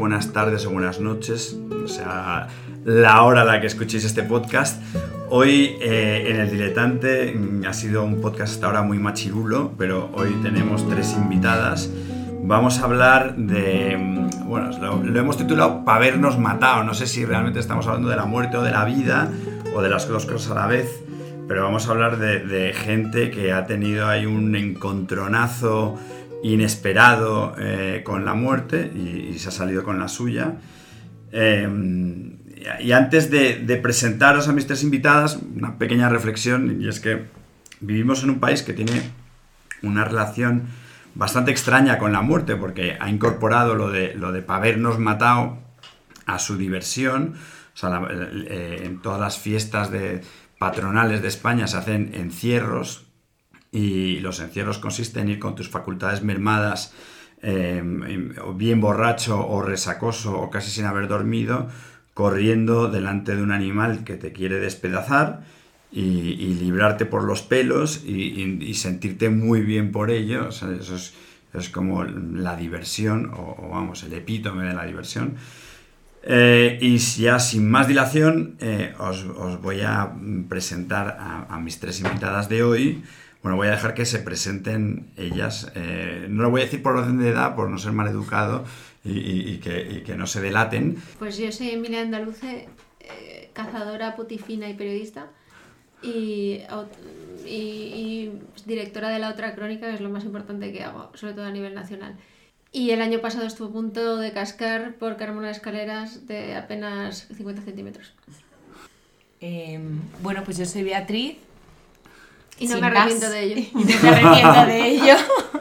buenas tardes o buenas noches, o sea, la hora a la que escuchéis este podcast. Hoy en El Diletante ha sido un podcast hasta ahora muy machirulo, pero hoy tenemos 3 invitadas. Vamos a hablar de, bueno, lo hemos titulado "Pa' habernos matado". No sé si realmente estamos hablando de la muerte o de la vida, o de las dos cosas a la vez, pero vamos a hablar de gente que ha tenido ahí un encontronazo inesperado con la muerte y se ha salido con la suya. Y antes de presentaros a mis 3 invitadas, una pequeña reflexión, y es que vivimos en un país que tiene una relación bastante extraña con la muerte, porque ha incorporado lo de "pa' habernos matado" a su diversión. O sea, en todas las fiestas patronales de España se hacen encierros, y los encierros consisten en ir con tus facultades mermadas, o bien borracho o resacoso o casi sin haber dormido, corriendo delante de un animal que te quiere despedazar y librarte por los pelos y sentirte muy bien por ello. O sea, eso es como la diversión, o vamos, el epítome de la diversión. Y ya sin más dilación, os voy a presentar a mis 3 invitadas de hoy. Bueno, voy a dejar que se presenten ellas. No lo voy a decir por orden de edad, por no ser maleducado y que no se delaten. Pues yo soy Emilia Andaluce, cazadora, putifina y periodista, y directora de La Otra Crónica, que es lo más importante que hago, sobre todo a nivel nacional. Y el año pasado estuve a punto de cascar por caerme unas escaleras de apenas 50 centímetros. Bueno, pues yo soy Beatriz. Y no me arrepiento de ello. Y no me arrepiento de ello.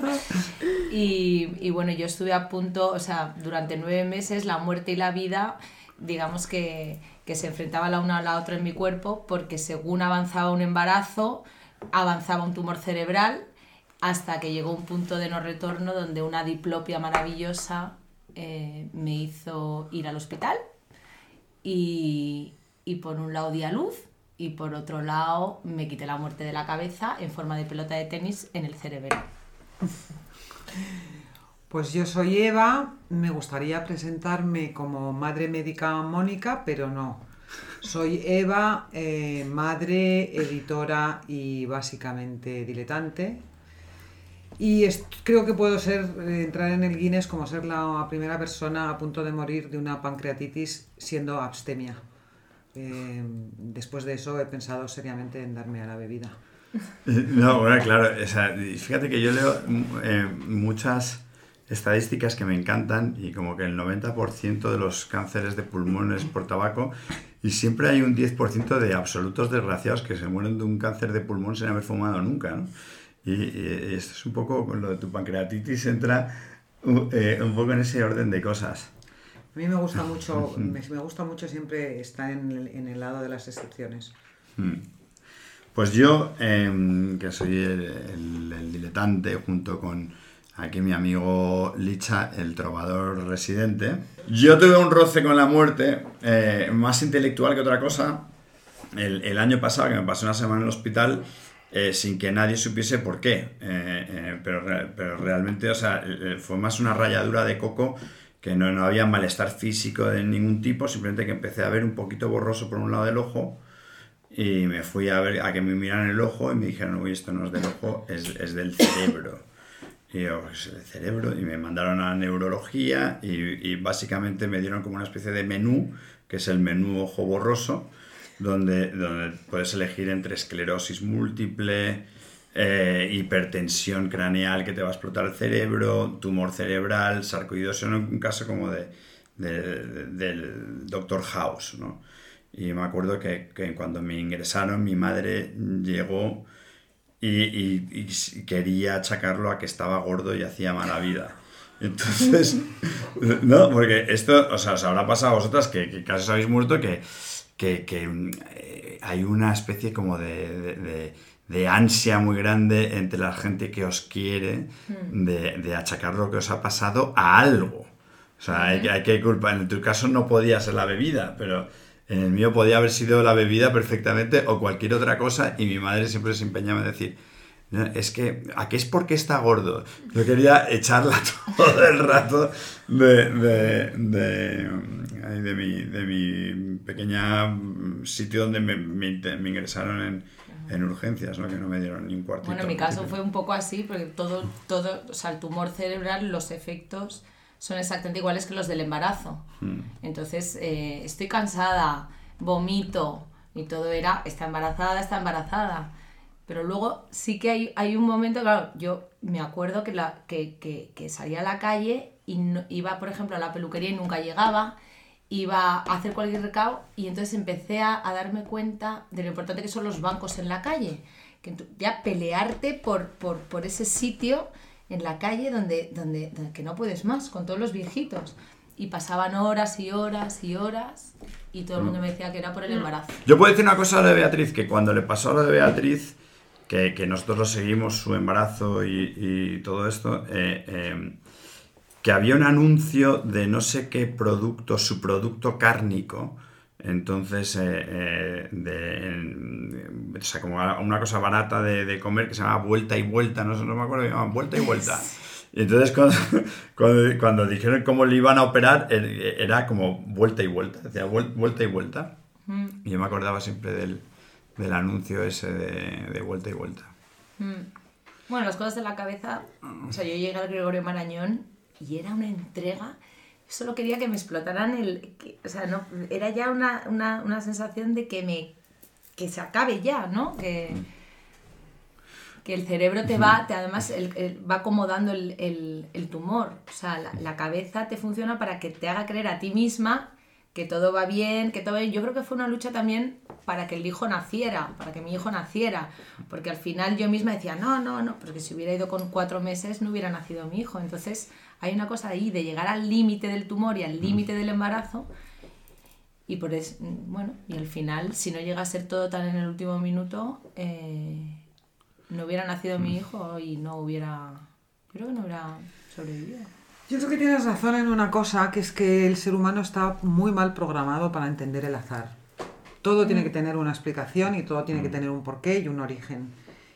Y bueno, yo estuve a punto, o sea, durante 9 meses la muerte y la vida, digamos que se enfrentaban la una a la otra en mi cuerpo, porque según avanzaba un embarazo, avanzaba un tumor cerebral, hasta que llegó un punto de no retorno donde una diplopia maravillosa me hizo ir al hospital y por un lado di a luz y por otro lado me quité la muerte de la cabeza en forma de pelota de tenis en el cerebro. Pues yo soy Eva, me gustaría presentarme como madre médica Mónica, pero no. Soy Eva, madre, editora y básicamente diletante. Y creo que puedo entrar en el Guinness como ser la primera persona a punto de morir de una pancreatitis siendo abstemia. Después de eso he pensado seriamente en darme a la bebida. No, bueno, claro, o sea, fíjate que yo leo muchas estadísticas que me encantan, y como que el 90% de los cánceres de pulmón es por tabaco, y siempre hay un 10% de absolutos desgraciados que se mueren de un cáncer de pulmón sin haber fumado nunca, ¿no? Y esto es un poco, con lo de tu pancreatitis entra un poco en ese orden de cosas. A mí me gusta mucho, me gusta mucho siempre estar en el lado de las excepciones. Pues yo, que soy el diletante, junto con aquí mi amigo Licha, el trovador residente. Yo tuve un roce con la muerte, más intelectual que otra cosa, el año pasado, que me pasé una semana en el hospital, sin que nadie supiese por qué. Pero realmente, o sea, fue más una ralladura de coco, que no había malestar físico de ningún tipo, simplemente que empecé a ver un poquito borroso por un lado del ojo, y me fui a que me miraran el ojo y me dijeron: uy, esto no es del ojo, es del cerebro. Y yo, pues el cerebro, y me mandaron a neurología y básicamente me dieron como una especie de menú, que es el menú ojo borroso, donde puedes elegir entre esclerosis múltiple, hipertensión craneal que te va a explotar el cerebro, tumor cerebral, sarcoidosis, en un caso como del Dr. House, ¿no? Y me acuerdo que cuando me ingresaron, mi madre llegó y quería achacarlo a que estaba gordo y hacía mala vida. Entonces, no, porque esto, o sea, os habrá pasado a vosotras que casi os habéis muerto, que hay una especie como de ansia muy grande entre la gente que os quiere de achacar lo que os ha pasado a algo. O sea, hay que culpar. En tu caso no podía ser la bebida, pero en el mío podía haber sido la bebida perfectamente, o cualquier otra cosa, y mi madre siempre se empeñaba en decir: Es que, ¿a qué es porque está gordo? Yo quería echarla todo el rato de mi pequeña sitio donde me ingresaron en urgencias, ¿no? Que no me dieron ni un cuartito. Bueno, en mi caso fue un poco así, porque todo, o sea, el tumor cerebral, los efectos son exactamente iguales que los del embarazo. Entonces, estoy cansada, vomito, y todo era, está embarazada. Pero luego sí que hay un momento, claro, yo me acuerdo que salía a la calle y iba, por ejemplo, a la peluquería y nunca llegaba, iba a hacer cualquier recado y entonces empecé a darme cuenta de lo importante que son los bancos en la calle. Que ya pelearte por ese sitio en la calle donde que no puedes más, con todos los viejitos. Y pasaban horas y horas y horas y todo el mundo me decía que era por el embarazo. Yo puedo decir una cosa a lo de Beatriz, que cuando le pasó a lo de Beatriz, que nosotros lo seguimos, su embarazo y todo esto, que había un anuncio de no sé qué producto, su producto cárnico, entonces, o sea, como una cosa barata de comer que se llamaba Vuelta y Vuelta, no me acuerdo, que llamaban Vuelta y Vuelta. Y entonces cuando dijeron cómo le iban a operar, era como Vuelta y Vuelta, decía Vuelta y Vuelta. Y yo me acordaba siempre del anuncio ese de Vuelta y Vuelta. Bueno, las cosas de la cabeza, o sea, yo llegué al Gregorio Marañón y era una entrega, solo quería que me explotaran o sea, no, era ya una sensación de que se acabe ya, ¿no? Que el cerebro además va acomodando el tumor, o sea, la cabeza te funciona para que te haga creer a ti misma que todo va bien, que todo va bien. Yo creo que fue una lucha también para que mi hijo naciera, porque al final yo misma decía, no, porque si hubiera ido con 4 meses no hubiera nacido mi hijo. Entonces hay una cosa ahí de llegar al límite del tumor y al límite del embarazo, y por eso, bueno, y al final, si no llega a ser todo tan en el último minuto, no hubiera nacido mi hijo y creo que no hubiera sobrevivido. Yo creo que tienes razón en una cosa, que es que el ser humano está muy mal programado para entender el azar. Todo tiene que tener una explicación y todo tiene que tener un porqué y un origen.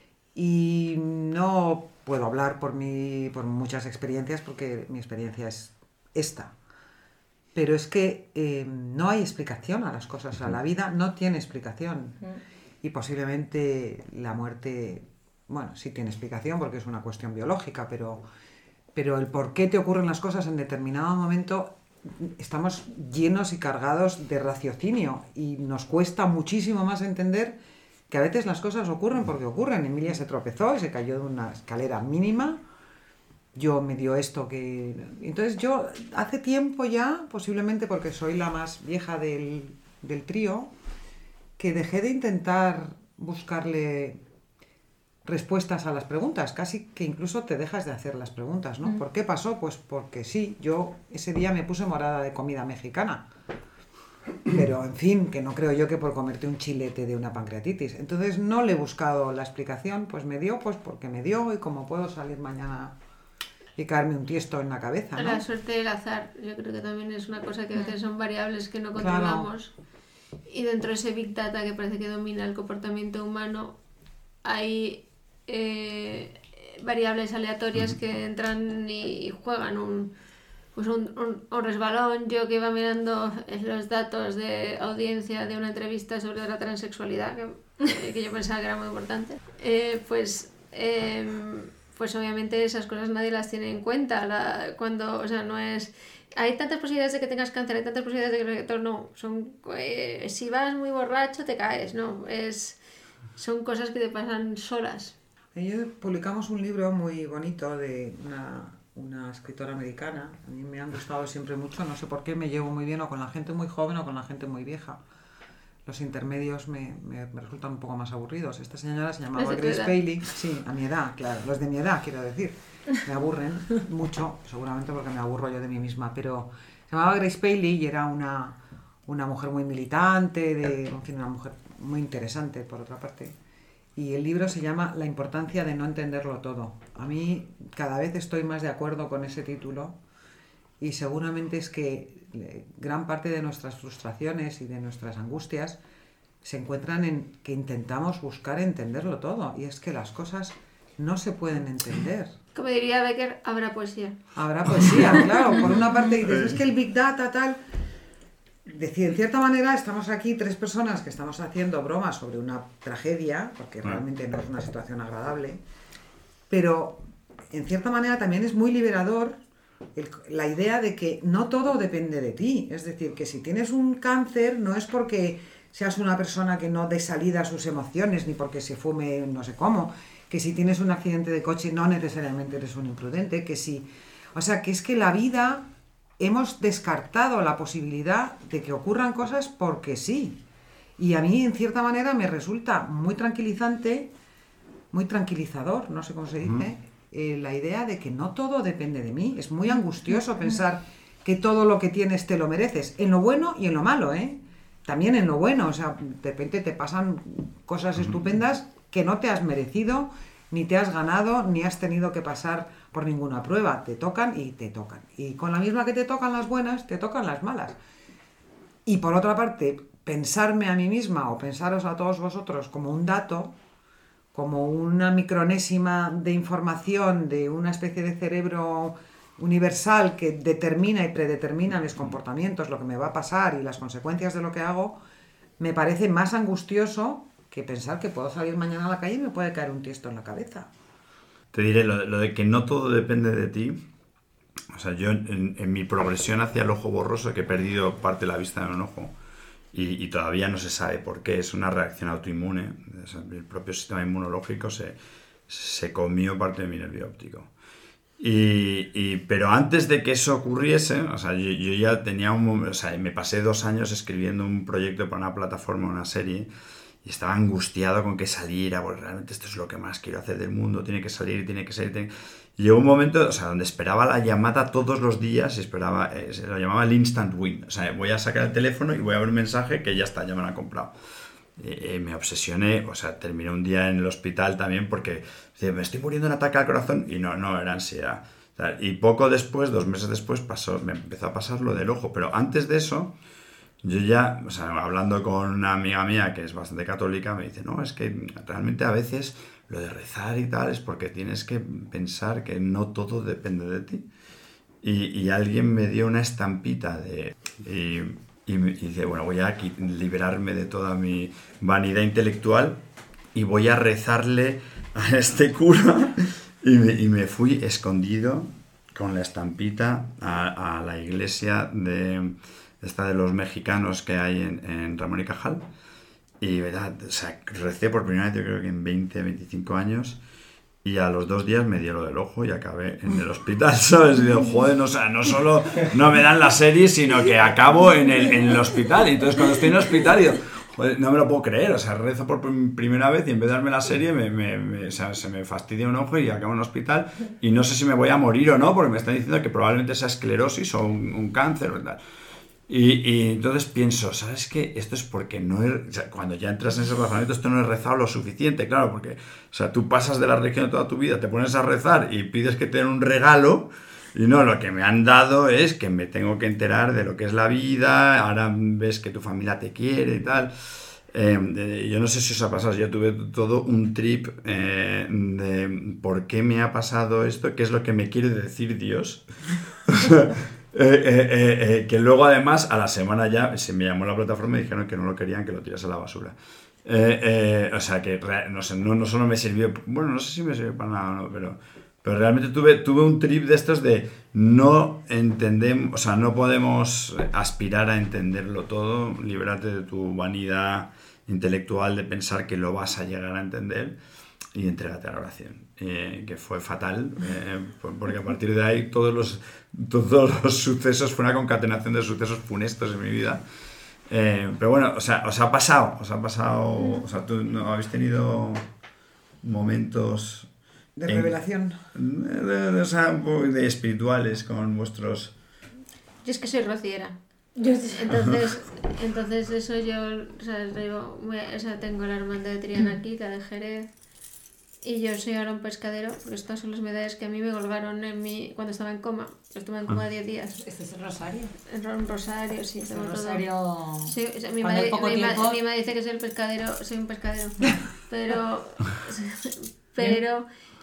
Y no puedo hablar por muchas experiencias, porque mi experiencia es esta. Pero es que no hay explicación a las cosas. La vida no tiene explicación. Y posiblemente la muerte, bueno, sí tiene explicación porque es una cuestión biológica, pero el por qué te ocurren las cosas en determinado momento, estamos llenos y cargados de raciocinio y nos cuesta muchísimo más entender que a veces las cosas ocurren porque ocurren. Emilia se tropezó y se cayó de una escalera mínima. Yo me dio esto que... Entonces yo hace tiempo ya, posiblemente porque soy la más vieja del trío, que dejé de intentar buscarle respuestas a las preguntas, casi que incluso te dejas de hacer las preguntas, ¿no? ¿Por qué pasó? Pues porque sí, yo ese día me puse morada de comida mexicana, pero en fin, que no creo yo que por comerte un chilete de una pancreatitis. Entonces no le he buscado la explicación, pues me dio, pues porque me dio, y como puedo salir mañana y caerme un tiesto en la cabeza, ¿no? La suerte del azar, yo creo que también es una cosa que a veces son variables que no controlamos. Claro. Y dentro de ese Big Data que parece que domina el comportamiento humano, hay variables aleatorias que entran y juegan un resbalón. Yo que iba mirando los datos de audiencia de una entrevista sobre la transexualidad, que yo pensaba que era muy importante, pues obviamente esas cosas nadie las tiene en cuenta o sea, no es... Hay tantas posibilidades de que tengas cáncer, hay tantas posibilidades de que no, si vas muy borracho te caes, no, son cosas que te pasan solas. Ellos publicamos un libro muy bonito de una escritora americana. A mí me han gustado siempre mucho, no sé por qué me llevo muy bien o con la gente muy joven o con la gente muy vieja. Los intermedios me resultan un poco más aburridos. Esta señora se llamaba Grace Paley. Sí, a mi edad, claro, los de mi edad, quiero decir. Me aburren mucho, seguramente porque me aburro yo de mí misma, pero se llamaba Grace Paley y era una mujer muy militante, en fin, una mujer muy interesante, por otra parte. Y el libro se llama La importancia de no entenderlo todo. A mí cada vez estoy más de acuerdo con ese título, y seguramente es que gran parte de nuestras frustraciones y de nuestras angustias se encuentran en que intentamos buscar entenderlo todo, y es que las cosas no se pueden entender. Como diría Becker, habrá poesía. Habrá poesía, claro. Por una parte dices, es que el Big Data tal... Decir, en cierta manera estamos aquí 3 personas que estamos haciendo bromas sobre una tragedia, porque realmente no es una situación agradable, pero en cierta manera también es muy liberador la idea de que no todo depende de ti. Es decir, que si tienes un cáncer no es porque seas una persona que no dé salida a sus emociones, ni porque se fume no sé cómo, que si tienes un accidente de coche no necesariamente eres un imprudente, que si... O sea, que es que la vida... Hemos descartado la posibilidad de que ocurran cosas porque sí. Y a mí, en cierta manera, me resulta muy tranquilizante, muy tranquilizador, no sé cómo se dice, la idea de que no todo depende de mí. Es muy angustioso pensar que todo lo que tienes te lo mereces, en lo bueno y en lo malo, ¿eh? También en lo bueno, o sea, de repente te pasan cosas estupendas que no te has merecido, ni te has ganado, ni has tenido que pasar por ninguna prueba. Te tocan y te tocan. Y con la misma que te tocan las buenas, te tocan las malas. Y por otra parte, pensarme a mí misma o pensaros a todos vosotros como un dato, como una micronésima de información de una especie de cerebro universal que determina y predetermina mis comportamientos, lo que me va a pasar y las consecuencias de lo que hago, me parece más angustioso que pensar que puedo salir mañana a la calle y me puede caer un tiesto en la cabeza. Te diré, lo de que no todo depende de ti. O sea, yo en mi progresión hacia el ojo borroso, que he perdido parte de la vista en un ojo y todavía no se sabe por qué, es una reacción autoinmune. O sea, el propio sistema inmunológico se comió parte de mi nervio óptico. Pero antes de que eso ocurriese, o sea, yo ya tenía o sea, me pasé 2 años escribiendo un proyecto para una plataforma, una serie, y estaba angustiado con que saliera, porque realmente esto es lo que más quiero hacer del mundo, tiene que salir. Y llegó un momento, o sea, donde esperaba la llamada todos los días, y esperaba, se lo llamaba el instant win. O sea, voy a sacar el teléfono y voy a ver un mensaje que ya está, ya me lo han comprado. Me obsesioné, o sea, terminé un día en el hospital también porque me estoy muriendo de un ataque al corazón, y no, era ansiedad. O sea, y poco después, 2 meses después, me empezó a pasar lo del ojo, pero antes de eso... Yo ya, o sea, hablando con una amiga mía que es bastante católica, me dice, no, es que realmente a veces lo de rezar y tal es porque tienes que pensar que no todo depende de ti. Y alguien me dio una estampita y me dice, bueno, voy a liberarme de toda mi vanidad intelectual y voy a rezarle a este cura. Y me fui escondido con la estampita a la iglesia de los mexicanos que hay en Ramón y Cajal, y verdad, o sea, recé por primera vez, yo creo que en 25 años, y a los 2 días me dio lo del ojo y acabé en el hospital, ¿sabes? Y digo, joder, no, o sea, no solo no me dan la serie, sino que acabo en el hospital. Y entonces cuando estoy en el hospital digo, joder, no me lo puedo creer, o sea, rezo por primera vez y en vez de darme la serie o sea, se me fastidia un ojo y acabo en un hospital y no sé si me voy a morir o no, porque me están diciendo que probablemente sea esclerosis o un cáncer o tal. Y entonces pienso, ¿sabes qué? Esto es porque no he... O sea, cuando ya entras en ese razonamiento, esto no he rezado lo suficiente, claro, porque, o sea, tú pasas de la religión toda tu vida, te pones a rezar y pides que te den un regalo, y no, lo que me han dado es que me tengo que enterar de lo que es la vida, ahora ves que tu familia te quiere y tal. Yo no sé si os ha pasado, yo tuve todo un trip de por qué me ha pasado esto, qué es lo que me quiere decir Dios. Que luego además a la semana ya se me llamó la plataforma y dijeron que no lo querían, que lo tirase a la basura. O sea que no sé, no solo me sirvió, bueno, no sé si me sirvió para nada o no, pero realmente tuve un trip de estos de no entendemos, o sea, no podemos aspirar a entenderlo todo, líbrate de tu vanidad intelectual de pensar que lo vas a llegar a entender y entrégate a la oración, que fue fatal, porque a partir de ahí todos los sucesos, fue una concatenación de sucesos funestos en mi vida. Pero bueno, o sea, os ha pasado, o sea, tú no habéis tenido momentos de revelación, o sea, un poco de espirituales con vuestros... Yo es que soy rociera. Entonces eso yo, o sea, tengo la hermandad de Triana aquí, la de Jerez, y yo soy ahora un pescadero, porque estas son las medallas que a mí me colgaron cuando estaba en coma. Yo estuve en coma 10 días. ¿Este es el rosario? Un rosario, sí. ¿El rosario? Sí, o sea, mi madre dice que soy un pescadero, pero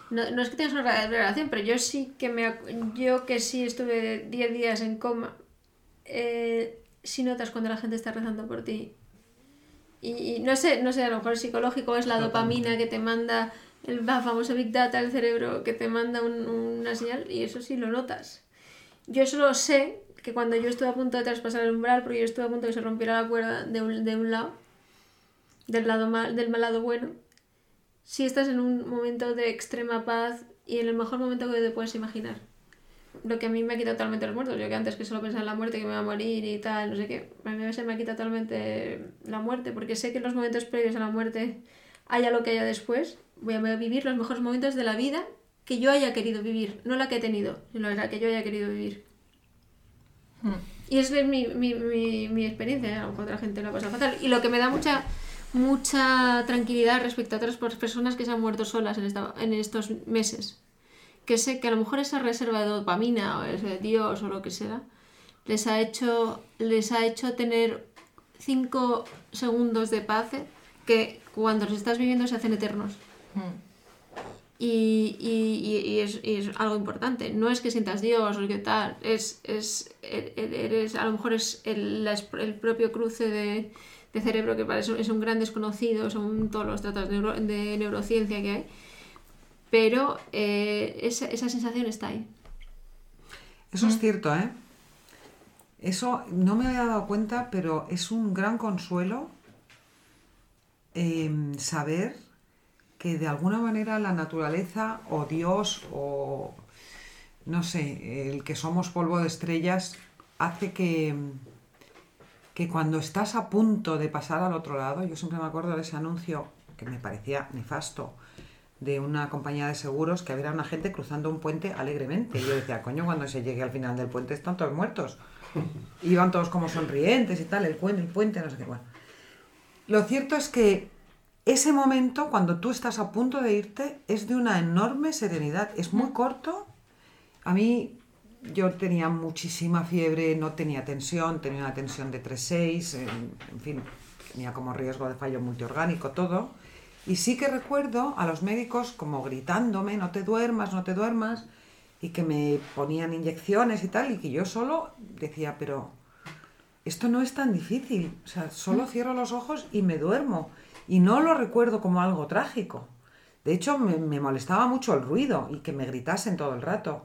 no es que tengas una relación, pero yo sí que yo que sí estuve 10 días en coma, sí notas cuando la gente está rezando por ti. Y no sé, a lo mejor psicológico es la dopamina que te manda el famoso Big Data del cerebro, que te manda una señal, y eso sí lo notas. Yo solo sé que cuando yo estuve a punto de traspasar el umbral, porque yo estuve a punto de que se rompiera la cuerda de un lado, del mal lado bueno, si estás en un momento de extrema paz y en el mejor momento que te puedes imaginar. Lo que a mí me ha quitado totalmente los muertos. Yo que antes que solo pensaba en la muerte, que me va a morir y tal, no sé qué, a mí se me ha quitado totalmente la muerte, porque sé que en los momentos previos a la muerte, haya lo que haya después, voy a vivir los mejores momentos de la vida que yo haya querido vivir, no la que he tenido, sino la que yo haya querido vivir. Y esa es mi experiencia. A lo mejor otra gente lo ha pasado fatal. Y lo que me da mucha tranquilidad respecto a otras personas que se han muerto solas en estos meses, que sé que a lo mejor esa reserva de dopamina o ese Dios o lo que sea les ha hecho tener 5 segundos de paz que cuando los estás viviendo se hacen eternos. Y es algo importante. No es que sientas Dios o qué tal, a lo mejor es el propio cruce de cerebro, que para eso es un gran desconocido según todos los tratados de neurociencia que hay, pero esa sensación está ahí. Eso es cierto, ¿eh? Eso no me había dado cuenta, pero es un gran consuelo saber que de alguna manera la naturaleza o Dios o no sé, el que somos polvo de estrellas hace que cuando estás a punto de pasar al otro lado, yo siempre me acuerdo de ese anuncio que me parecía nefasto, de una compañía de seguros que había una gente cruzando un puente alegremente. Y yo decía, coño, cuando se llegue al final del puente están todos muertos. Iban todos como sonrientes y tal, el puente, no sé qué. Bueno, lo cierto es que ese momento, cuando tú estás a punto de irte, es de una enorme serenidad. Es muy corto. A mí, yo tenía muchísima fiebre, no tenía tensión, tenía una tensión de 3,6, en fin, tenía como riesgo de fallo multiorgánico, todo. Y sí que recuerdo a los médicos como gritándome, no te duermas, y que me ponían inyecciones y tal, y que yo solo decía, pero esto no es tan difícil, o sea, solo cierro los ojos y me duermo. Y no lo recuerdo como algo trágico. De hecho, me molestaba mucho el ruido y que me gritasen todo el rato.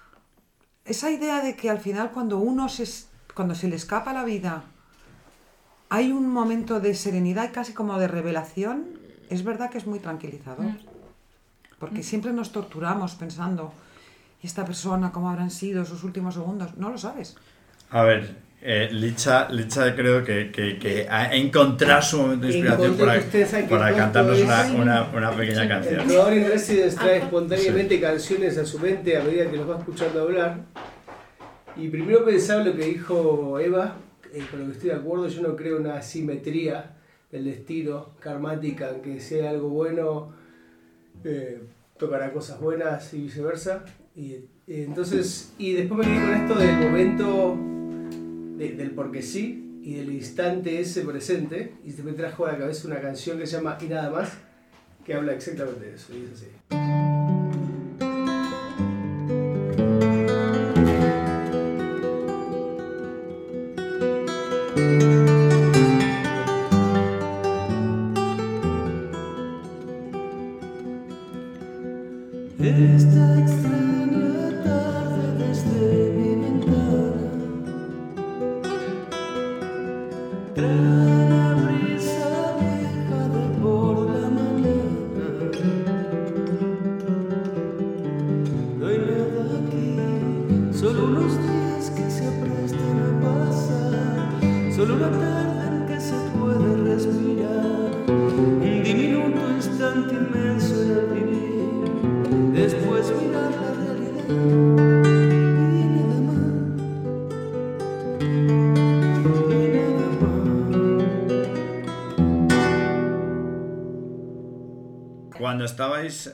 Esa idea de que al final cuando se le escapa la vida, hay un momento de serenidad y casi como de revelación, es verdad que es muy tranquilizador. Porque siempre nos torturamos pensando, ¿y esta persona cómo habrán sido sus últimos segundos? No lo sabes. A ver, Licha creo que ha encontrado su momento de inspiración para cantarnos una pequeña canción. El jugador in residence trae espontáneamente canciones a su mente a medida que los va escuchando hablar. Y primero pensaba lo que dijo Eva, con lo que estoy de acuerdo. Yo no creo en una simetría del destino karmática, en que si hay algo bueno, tocará cosas buenas y viceversa. Y después me quedé con esto del momento del porque sí y del instante ese presente, y se me trajo a la cabeza una canción que se llama Y Nada Más, que habla exactamente de eso, y es así. Esta extraña tarde desde mi ventana trae la brisa vieja de por la mañana. No hay nada aquí, solo unos días que se aprestan a pasar, solo una tarde en que se puede respirar, un diminuto instante inmenso en el vivir. Después mirar la realidad y nada más, y nada más. Cuando estabais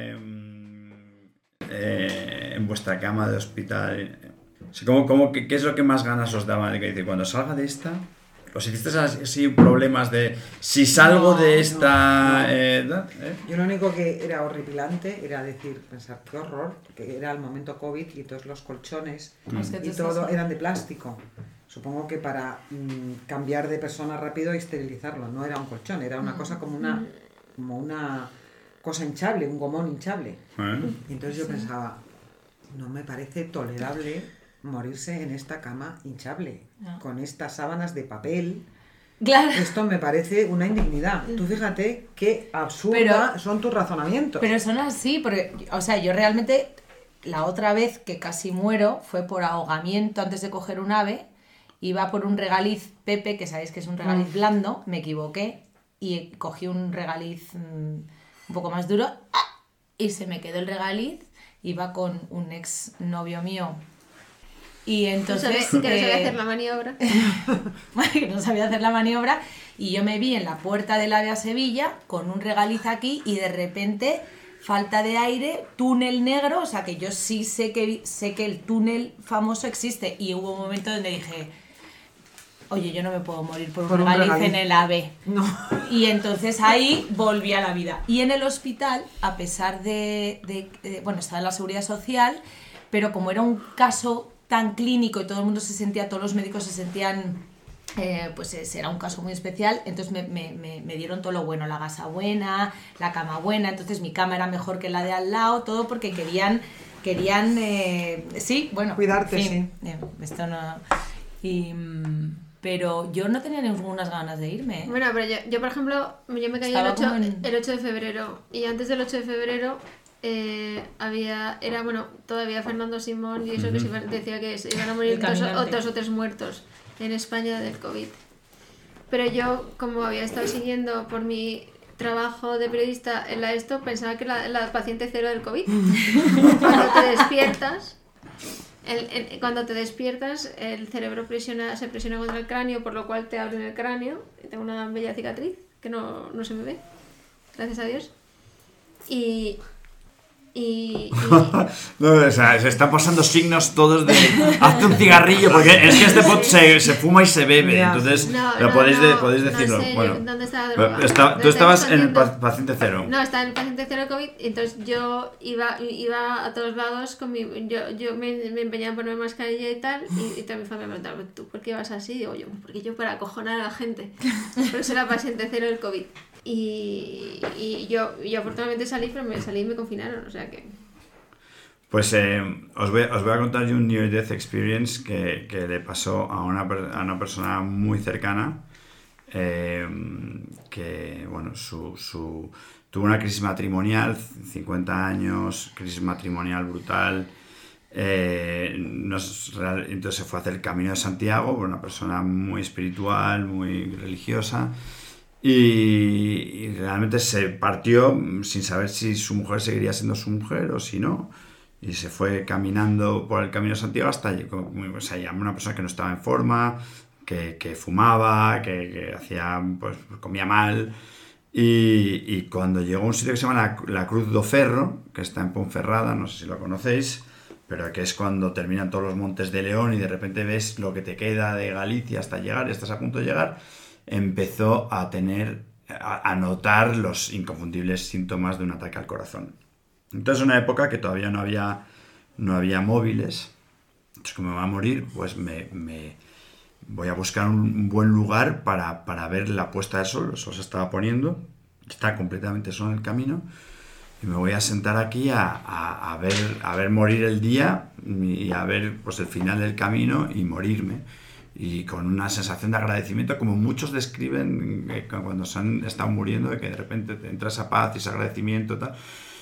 en vuestra cama de hospital, ¿qué es lo que más ganas os daba? Que dice, cuando salga de esta, ¿Os hiciste así problemas de si salgo No, de esta... no. Yo lo único que era horripilante era pensar qué horror, que era el momento COVID y todos los colchones Es que y tú todo estás- eran de plástico. Supongo que para cambiar de persona rápido y esterilizarlo, no era un colchón, era una cosa como una cosa hinchable, un gomón hinchable. Y entonces yo pensaba, no me parece tolerable morirse en esta cama hinchable, No. con estas sábanas de papel. Claro. Esto me parece una indignidad. Tú fíjate qué absurda son tus razonamientos. Pero son así, porque, o sea, yo realmente la otra vez que casi muero fue por ahogamiento antes de coger un ave. Iba por un regaliz Pepe, que sabéis que es un regaliz blando, me equivoqué y cogí un regaliz un poco más duro y se me quedó el regaliz. Iba con un ex novio mío y entonces... Que no sabía hacer la maniobra. que no sabía hacer la maniobra y yo me vi en la puerta del AVE a Sevilla con un regaliz aquí y de repente falta de aire, túnel negro, o sea que yo sí sé que el túnel famoso existe y hubo un momento donde dije, oye, yo no me puedo morir por un regaliz en el AVE. No. Y entonces ahí volví a la vida. Y en el hospital, a pesar bueno, estaba en la seguridad social, pero como era un caso tan clínico y todo el mundo todos los médicos se sentían, pues era un caso muy especial, entonces me dieron todo lo bueno, la gasa buena, la cama buena, entonces mi cama era mejor que la de al lado, todo porque querían sí, bueno, cuidarte, en fin, esto no... Pero yo no tenía ninguna ganas de irme. Bueno, pero yo por ejemplo, yo me caí el Estaba 8, como en- el 8 de febrero y antes del 8 de febrero era todavía Fernando Simón y eso que decía que se iban a morir El caminante. 2 o 3 muertos en España del COVID. Pero yo, como había estado siguiendo por mi trabajo de periodista en la esto, pensaba que era la paciente cero del COVID. Cuando te despiertas... cuando te despiertas, el cerebro se presiona contra el cráneo, por lo cual te abren el cráneo. Tengo una bella cicatriz que no se me ve, gracias a Dios. Y No, o sea, se están pasando signos todos de hazte un cigarrillo, porque es que este pot se fuma y se bebe, Ya. entonces no, podéis decirlo. No sé bueno, dónde estaba pero drogada. tú estabas en el haciendo- paciente cero. No, estaba en el paciente cero COVID, y entonces yo iba a todos lados con yo me empeñaba en ponerme mascarilla y tal, y toda mi familia me preguntaba, ¿tú por qué vas así? Digo yo, porque yo para acojonar a la gente, por eso era paciente cero del COVID. Y yo afortunadamente salí, pero me salí y me confinaron, o sea que... Pues os voy a contar yo un Near Death Experience que le pasó a una persona muy cercana, que bueno, tuvo una crisis matrimonial, 50 años, crisis matrimonial brutal. Entonces se fue a hacer el Camino de Santiago, una persona muy espiritual, muy religiosa, y realmente se partió sin saber si su mujer seguiría siendo su mujer o si no, y se fue caminando por el Camino de Santiago hasta, o sea, una persona que no estaba en forma, que fumaba, que hacía, pues comía mal. Y cuando llegó a un sitio que se llama la Cruz do Ferro, que está en Ponferrada, no sé si lo conocéis, pero que es cuando terminan todos los montes de León y de repente ves lo que te queda de Galicia hasta llegar, y estás a punto de llegar, empezó a notar los inconfundibles síntomas de un ataque al corazón. Entonces, en una época que todavía no había móviles, entonces como me va a morir, pues me voy a buscar un buen lugar para ver la puesta de sol. El sol se estaba poniendo, está completamente solo en el camino, y me voy a sentar aquí a ver morir el día y a ver pues el final del camino y morirme, y con una sensación de agradecimiento, como muchos describen cuando se han estado muriendo, de que de repente te entra esa paz y ese agradecimiento, tal.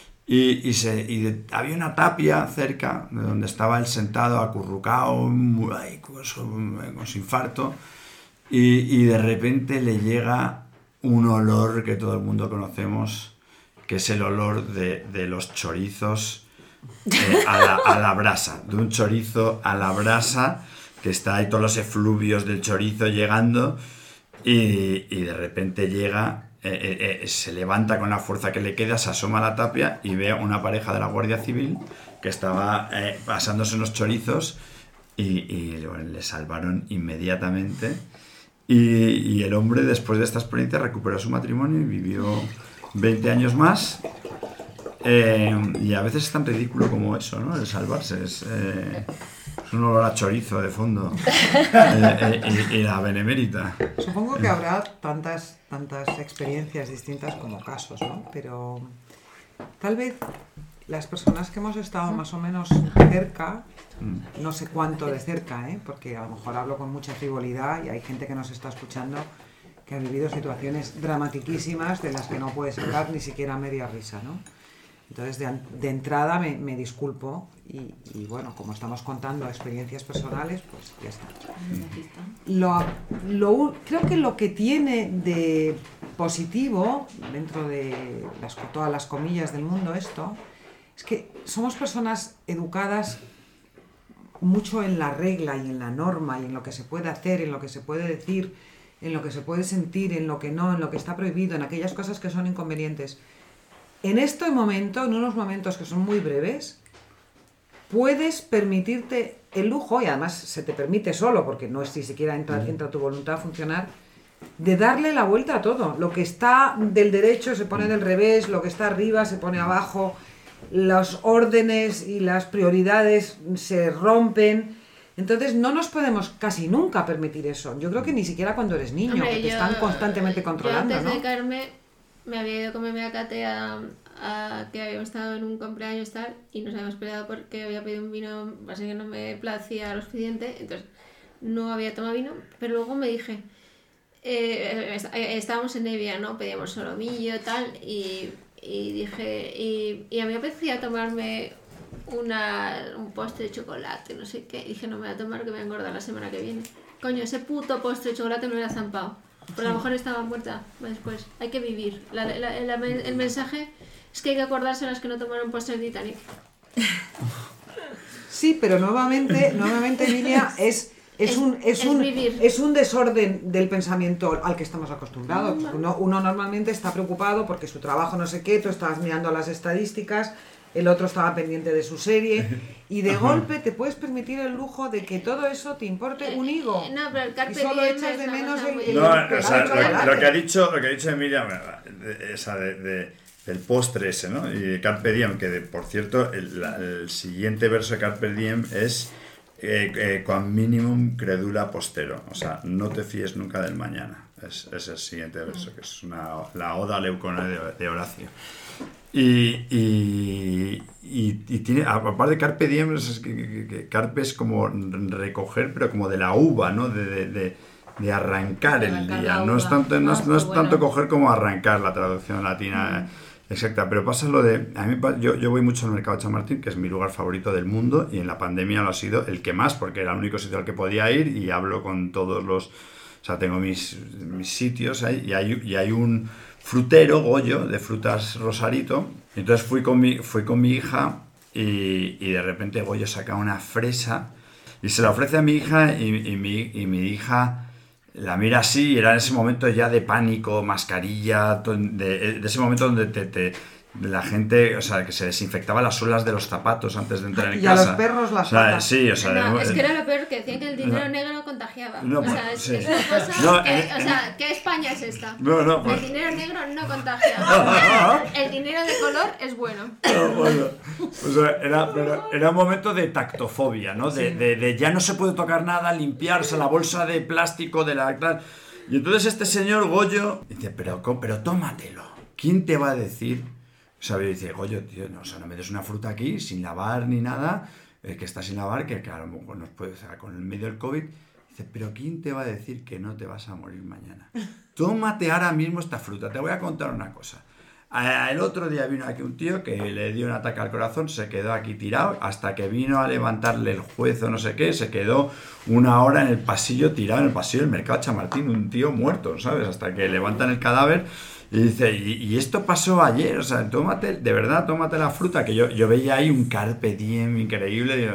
Había una tapia cerca de donde estaba él sentado, acurrucado, con su infarto, y de repente le llega un olor que todo el mundo conocemos, que es el olor de los chorizos a la brasa, de un chorizo a la brasa, que está ahí todos los efluvios del chorizo llegando, y de repente llega... se levanta con la fuerza que le queda, se asoma a la tapia y ve a una pareja de la Guardia Civil que estaba pasándose unos chorizos y bueno, le salvaron inmediatamente, Y el hombre, después de esta experiencia, recuperó su matrimonio y vivió 20 años más. Y a veces es tan ridículo como eso, ¿no? El salvarse. Es un olor a chorizo de fondo. Y la benemérita. Supongo que habrá tantas experiencias distintas como casos, ¿no? Pero tal vez las personas que hemos estado más o menos cerca, no sé cuánto de cerca, porque a lo mejor hablo con mucha frivolidad y hay gente que nos está escuchando que ha vivido situaciones dramatiquísimas de las que no puedes hablar ni siquiera media risa, ¿no? Entonces, de entrada me disculpo y bueno, como estamos contando experiencias personales, pues ya está. Creo que lo que tiene de positivo, dentro de todas las comillas del mundo esto, es que somos personas educadas mucho en la regla y en la norma y en lo que se puede hacer, en lo que se puede decir, en lo que se puede sentir, en lo que no, en lo que está prohibido, en aquellas cosas que son inconvenientes. En este momento, en unos momentos que son muy breves, puedes permitirte el lujo, y además se te permite solo, porque no es ni siquiera entra tu voluntad a funcionar, de darle la vuelta a todo. Lo que está del derecho se pone del revés, lo que está arriba se pone abajo, los órdenes y las prioridades se rompen. Entonces no nos podemos casi nunca permitir eso. Yo creo que ni siquiera cuando eres niño, Hombre, que te están constantemente controlando, yo antes ¿no? de caerme me había ido con mi amiga Kate a que habíamos estado en un cumpleaños tal y nos habíamos peleado porque había pedido un vino así que no me placía lo suficiente, entonces no había tomado vino, pero luego me dije estábamos en Nevia, ¿no? Pedíamos solomillo tal y dije y a mí me apetecía tomarme un postre de chocolate, no sé qué, y dije no me voy a tomar que me voy a engordar la semana que viene. Coño, ese puto postre de chocolate me lo hubiera zampado, pero a lo mejor estaba muerta después. Hay que vivir. El mensaje es que hay que acordarse a las que no tomaron postre de Titanic. Sí, pero nuevamente Emilia, es un desorden del pensamiento al que estamos acostumbrados. Uno normalmente está preocupado porque su trabajo no sé qué, tú estabas mirando las estadísticas, el otro estaba pendiente de su serie y de golpe te puedes permitir el lujo de que todo eso te importe un higo. No, pero el carpe y solo diem echas es de una menos cosa el... muy- No, o sea, lo que ha dicho Emilia, esa del postre ese, ¿no? Y Carpe Diem, que por cierto, el siguiente verso de Carpe Diem es con minimum credula postero, o sea, no te fíes nunca del mañana. Es el siguiente verso, que es la oda a Leucona de Horacio. Y tiene, aparte de Carpe Diem, es que Carpe es como recoger, pero como de la uva, ¿no? De arrancar el día. No es tanto coger como arrancar, la traducción latina exacta. Pero pasa lo de... A mí, yo voy mucho al Mercado Chamartín, que es mi lugar favorito del mundo, y en la pandemia lo ha sido el que más, porque era el único sitio al que podía ir y hablo con todos los... O sea, tengo mis sitios ahí y hay un frutero, Goyo, de frutas Rosarito. Entonces fui con mi hija y de repente Goyo saca una fresa y se la ofrece a mi hija y mi hija la mira así y era en ese momento ya de pánico, mascarilla, de ese momento donde la gente, o sea, que se desinfectaba las suelas de los zapatos antes de entrar en y casa. a los perros las patas. Sí, o sea... No, es que era lo peor, que decían que el dinero negro contagiaba. No, o sea, sí. es una cosa No, que, o sea, ¿qué España es esta? No, pues... El dinero negro no contagia. El dinero de color es bueno. No, bueno, o sea, era un momento de tactofobia, ¿no? De ya no se puede tocar nada, limpiarse la bolsa de plástico de la... Y entonces este señor Goyo dice, pero tómatelo. ¿Quién te va a decir? O sea, dice, Goyo, tío, no, o sea, no me des una fruta aquí sin lavar ni nada, que está sin lavar, que a lo mejor nos puede... O sea, con el medio del COVID... Dice, pero ¿quién te va a decir que no te vas a morir mañana? Tómate ahora mismo esta fruta. Te voy a contar una cosa. El otro día vino aquí un tío que le dio un ataque al corazón, se quedó aquí tirado, hasta que vino a levantarle el juez o no sé qué, se quedó una hora en el pasillo, tirado en el pasillo del Mercado Chamartín, un tío muerto, ¿sabes? Hasta que levantan el cadáver y dice, y esto pasó ayer, o sea, de verdad, tómate la fruta, que yo veía ahí un Carpe Diem increíble.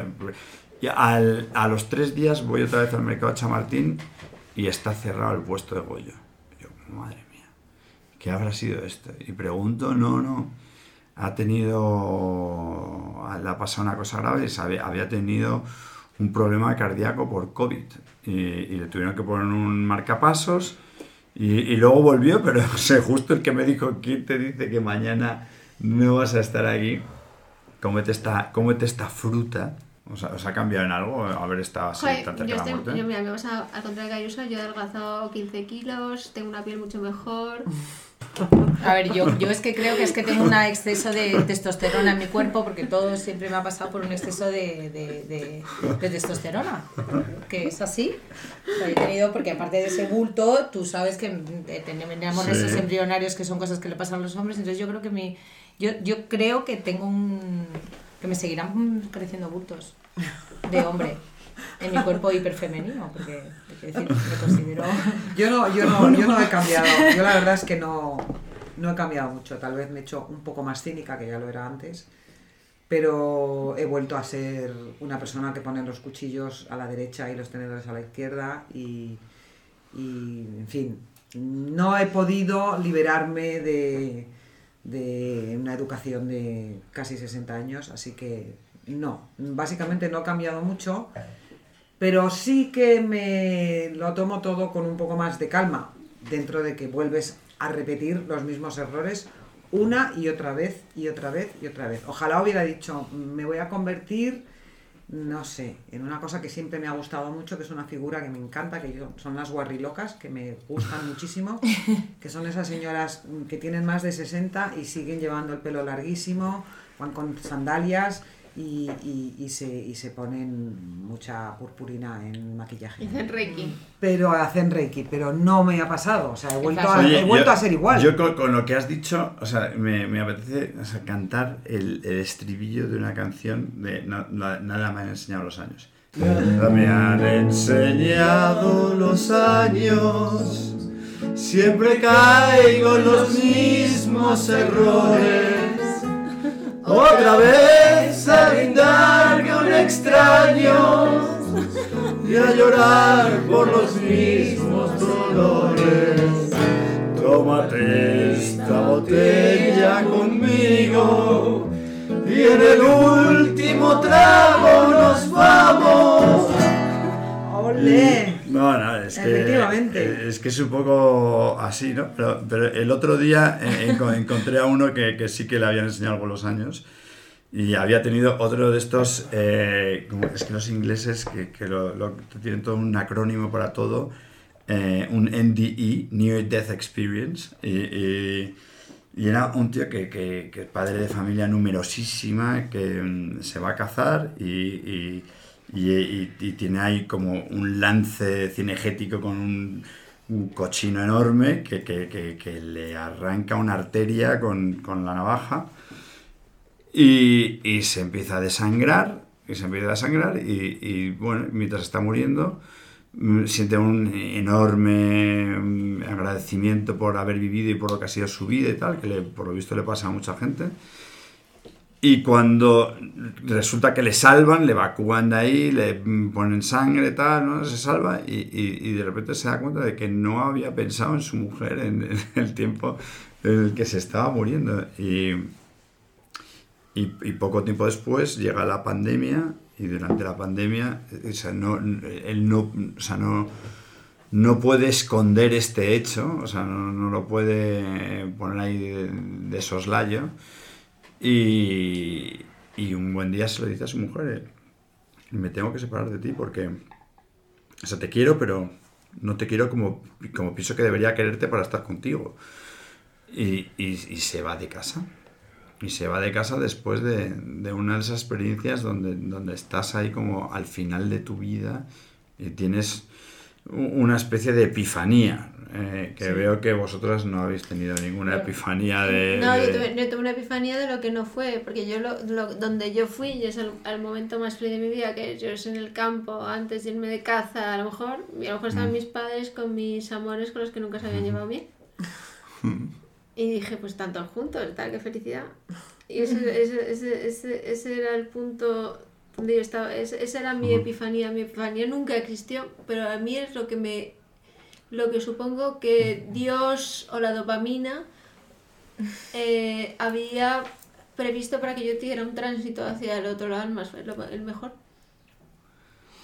Y a los 3 días voy otra vez al Mercado Chamartín y está cerrado el puesto de Goyo. Y yo, madre mía, ¿qué habrá sido esto? Y pregunto, no, le ha pasado una cosa grave, había tenido un problema cardíaco por COVID y le tuvieron que poner un marcapasos y luego volvió, pero o sea, justo el que me dijo, ¿quién te dice que mañana no vas a estar aquí? Cómete esta fruta. ¿Os ha cambiado en algo haber estado así tan cerca de la muerte? Mira, me vas a contar que Ayuso, yo he adelgazado 15 kilos, tengo una piel mucho mejor. A ver, yo es que creo que tengo un exceso de testosterona en mi cuerpo, porque todo siempre me ha pasado por un exceso de testosterona, que es así. O sea, yo he tenido, porque aparte de ese bulto, tú sabes que tenemos restos embrionarios que son cosas que le pasan a los hombres, entonces yo creo que yo creo que tengo que me seguirán creciendo bultos de hombre en mi cuerpo hiperfemenino, porque es decir, me considero... Yo no he cambiado. Yo la verdad es que no he cambiado mucho. Tal vez me he hecho un poco más cínica, que ya lo era antes, pero he vuelto a ser una persona que pone los cuchillos a la derecha y los tenedores a la izquierda y en fin, no he podido liberarme de una educación de casi 60 años, así que no, básicamente no he cambiado mucho, pero sí que me lo tomo todo con un poco más de calma, dentro de que vuelves a repetir los mismos errores una y otra vez y otra vez y otra vez. Ojalá hubiera dicho, me voy a convertir, no sé, en una cosa que siempre me ha gustado mucho, que es una figura que me encanta, son las guarrilocas, que me gustan muchísimo, que son esas señoras que tienen más de 60 y siguen llevando el pelo larguísimo, van con sandalias y se ponen mucha purpurina en maquillaje. Y hacen reiki. Pero hacen reiki, pero no me ha pasado, o sea, he vuelto a ser igual. Yo con lo que has dicho, o sea, me apetece, o sea, cantar el estribillo de una canción de Nada me han enseñado los años. Nada me han enseñado los años, siempre caigo en los mismos errores. Otra vez a brindar con extraños y a llorar por los mismos dolores. Tómate esta botella conmigo y en el último trago nos vamos. ¡Olé! No, es que es un poco así, ¿no? Pero el otro día encontré a uno que sí que le habían enseñado algo los años y había tenido otro de estos, es que los ingleses que tienen todo un acrónimo para todo, un NDE, Near Death Experience, y era un tío que es padre de familia numerosísima, que se va a cazar y tiene ahí como un lance cinegético con un cochino enorme que le arranca una arteria con la navaja y se empieza a desangrar y bueno, mientras está muriendo siente un enorme agradecimiento por haber vivido y por lo que ha sido su vida y tal, que por lo visto le pasa a mucha gente. Y cuando resulta que le salvan, le evacúan de ahí, le ponen sangre, tal, ¿no? Se salva y de repente se da cuenta de que no había pensado en su mujer en el tiempo en el que se estaba muriendo. Y poco tiempo después llega la pandemia y durante la pandemia, o sea, él no puede esconder este hecho, o sea, no lo puede poner ahí de soslayo. Y un buen día se lo dice a su mujer, me tengo que separar de ti porque, o sea, te quiero, pero no te quiero como pienso que debería quererte para estar contigo. Y se va de casa. Y se va de casa después de una de esas experiencias donde estás ahí como al final de tu vida y tienes una especie de epifanía. Que sí. Veo que vosotras no habéis tenido ninguna epifanía yo tuve una epifanía de lo que no fue, porque yo donde yo fui, y es el momento más feliz de mi vida, que yo es en el campo, antes de irme de caza, a lo mejor estaban mis padres con mis amores con los que nunca se habían llevado bien. Y dije, pues están todos juntos, tal, qué felicidad. Y ese era el punto donde yo estaba, esa era mi epifanía. Mi epifanía nunca existió, pero a mí es lo que supongo que Dios o la dopamina había previsto para que yo tuviera un tránsito hacia el otro lado, el mejor.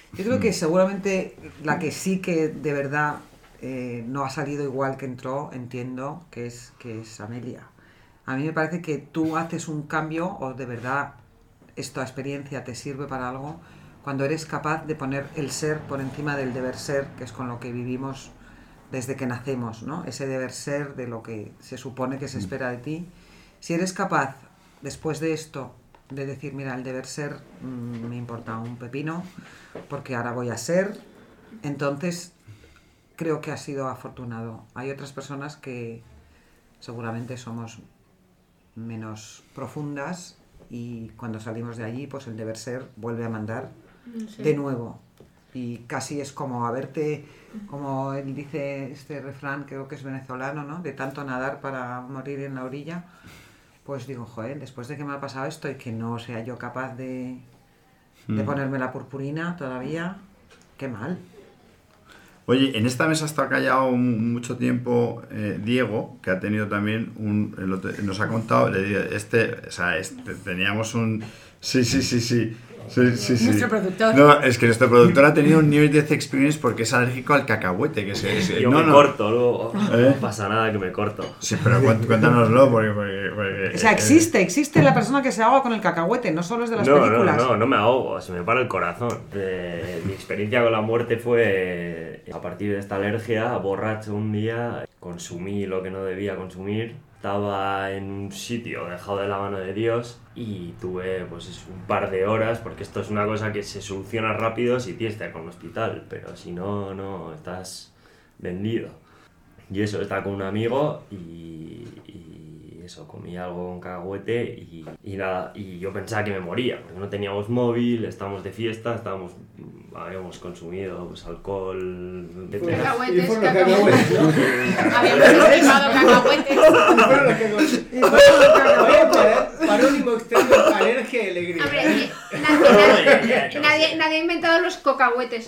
Yo creo que seguramente la que sí que de verdad no ha salido igual que entró, entiendo, que es Amelia. A mí me parece que tú haces un cambio, o de verdad esta experiencia te sirve para algo, cuando eres capaz de poner el ser por encima del deber ser, que es con lo que vivimos desde que nacemos, ¿no? Ese deber ser de lo que se supone que se espera de ti. Si eres capaz, después de esto, de decir, mira, el deber ser me importa un pepino, porque ahora voy a ser, entonces creo que has sido afortunado. Hay otras personas que seguramente somos menos profundas y cuando salimos de allí, pues el deber ser vuelve a mandar de nuevo. Y casi es como haberte, como él dice este refrán, creo que es venezolano, ¿no? De tanto nadar para morir en la orilla. Pues digo, joder, después de que me ha pasado esto y que no sea yo capaz de ponerme la purpurina todavía, qué mal. Oye, en esta mesa ha estado callado mucho tiempo Diego, que ha tenido también nos ha contado, teníamos un... Sí. Nuestro productor. No, es que nuestro productor ha tenido un Near Death Experience porque es alérgico al cacahuete. Yo me corto, luego no pasa nada que me corto. Sí, pero cuéntanoslo porque o sea, existe la persona que se ahoga con el cacahuete, no solo es de las películas. No me ahogo, se me para el corazón. Mi experiencia con la muerte fue, a partir de esta alergia, borracho un día, consumí lo que no debía consumir. Estaba en un sitio dejado de la mano de Dios y tuve pues un par de horas, porque esto es una cosa que se soluciona rápido si tienes que ir con un hospital, pero si no, estás vendido. Y eso, estaba con un amigo y eso, comí algo con cacahuete y nada, y yo pensaba que me moría, porque no teníamos móvil, estábamos de fiesta, habíamos consumido pues, alcohol, etc. Y fueron los cacahuetes, ¿no? Habíamos estimado cacahuetes. Y fueron los cacahuetes. Parónimo externo, alergia y alegría. Hombre, nadie ha inventado los cocahuetes.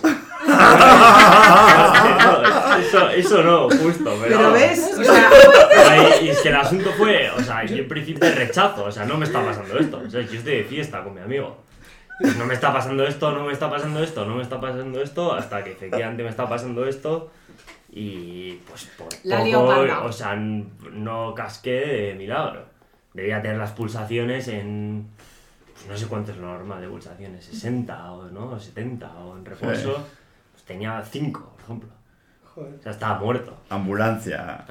Eso no, justo, Pero ves, o sea, y es que el asunto fue, o sea, yo en principio de rechazo, o sea, no me está pasando esto, o sea, yo estoy de fiesta con mi amigo, pues no me está pasando esto, hasta que efectivamente me está pasando esto y pues por la poco, o sea, no casqué de milagro, debía tener las pulsaciones en, pues no sé cuánto es lo normal de pulsaciones, 60 o no, 70 o en reposo, pues tenía 5, por ejemplo. Joder. O sea, estaba muerto. Ambulancia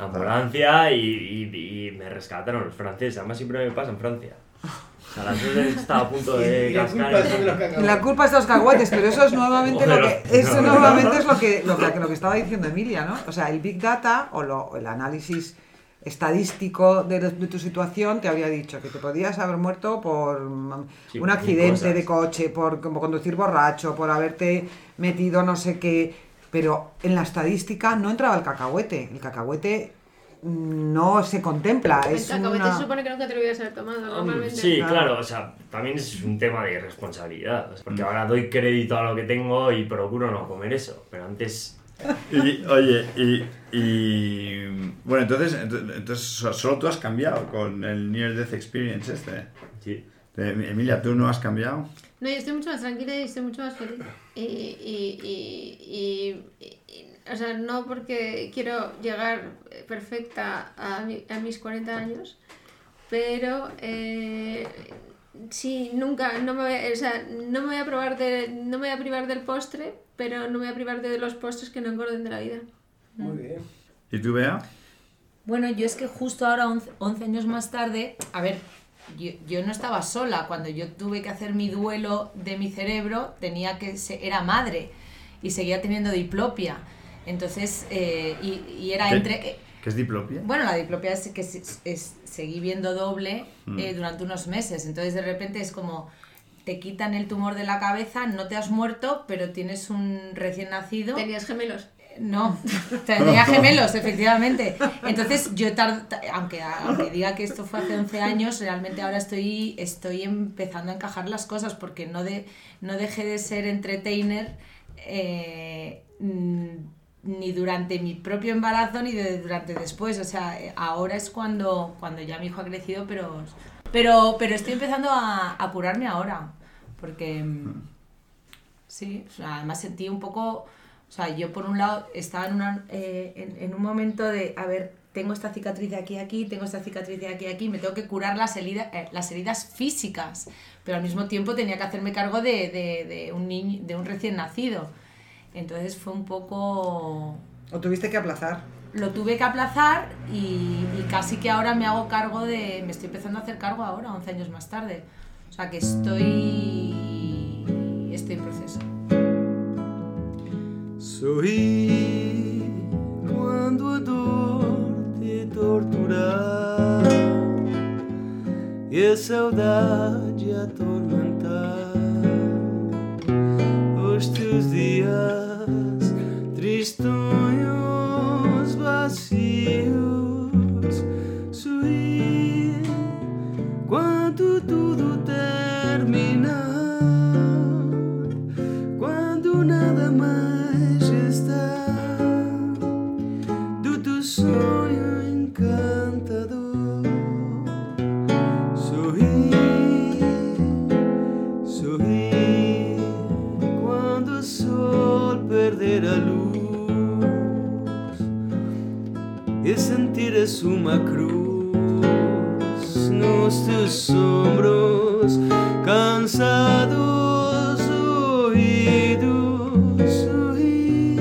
y me rescataron los franceses. Además siempre me pasa en Francia. O sea, las veces estaba a punto de cascar. La culpa es de los cacahuetes, pero eso es nuevamente lo que estaba diciendo Emilia, ¿no? O sea, el Big Data o el análisis estadístico de tu situación te habría dicho que te podías haber muerto por un accidente de coche, por conducir borracho, por haberte metido no sé qué. Pero en la estadística no entraba el cacahuete. El cacahuete no se contempla. El cacahuete se supone que nunca te lo hubieras haber tomado normalmente. Sí, claro, o sea, también es un tema de irresponsabilidad. O sea, porque ahora doy crédito a lo que tengo y procuro no comer eso. Pero antes... Bueno, entonces solo tú has cambiado con el Near Death Experience este. Sí. Emilia, ¿tú no has cambiado? No, yo estoy mucho más tranquila y estoy mucho más feliz. O sea, no porque quiero llegar perfecta a mis 40 años, pero sí, nunca, no me voy a privar del postre, pero no me voy a privar de los postres que no engorden de la vida. Muy bien. ¿Y tú, Bea? Bueno, yo es que justo ahora, 11 años más tarde, a ver, yo no estaba sola. Cuando yo tuve que hacer mi duelo de mi cerebro, era madre y seguía teniendo diplopia. Entonces, y era ¿Qué es diplopia? Bueno, la diplopia es que seguí viendo doble durante unos meses. Entonces, de repente es como te quitan el tumor de la cabeza, no te has muerto, pero tienes un recién nacido. ¿Tenías gemelos? No, tenía gemelos, efectivamente. Entonces yo aunque diga que esto fue hace 11 años, realmente ahora estoy empezando a encajar las cosas, porque no dejé de ser entertainer ni durante mi propio embarazo ni durante después. O sea, ahora es cuando ya mi hijo ha crecido, pero estoy empezando a curarme ahora, porque Sí, o sea, además sentí un poco, o sea, yo por un lado estaba en un momento de, a ver, tengo esta cicatriz de aquí a aquí, tengo esta cicatriz de aquí a aquí, me tengo que curar las heridas físicas, pero al mismo tiempo tenía que hacerme cargo de un niño, de un recién nacido. Entonces fue un poco... ¿O tuviste que aplazar? Lo tuve que aplazar y casi que ahora me hago cargo de... Me estoy empezando a hacer cargo ahora, 11 años más tarde. O sea que estoy en proceso. Sorri quando a dor te torturar e a saudade atormentar os teus dias tristonhos vazios. Sorri quando tudo terminar, quando nada mais está do teu sonho encantador. Sorri, sorri quando o sol perder a luz e sentires uma cruz nos teus ombros cansados, oídos. Sorri,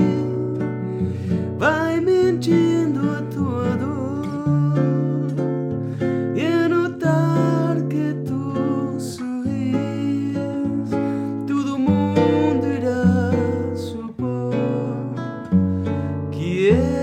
vai mentindo a tua dor e a notar que tu sorris, todo mundo irá supor que és feliz.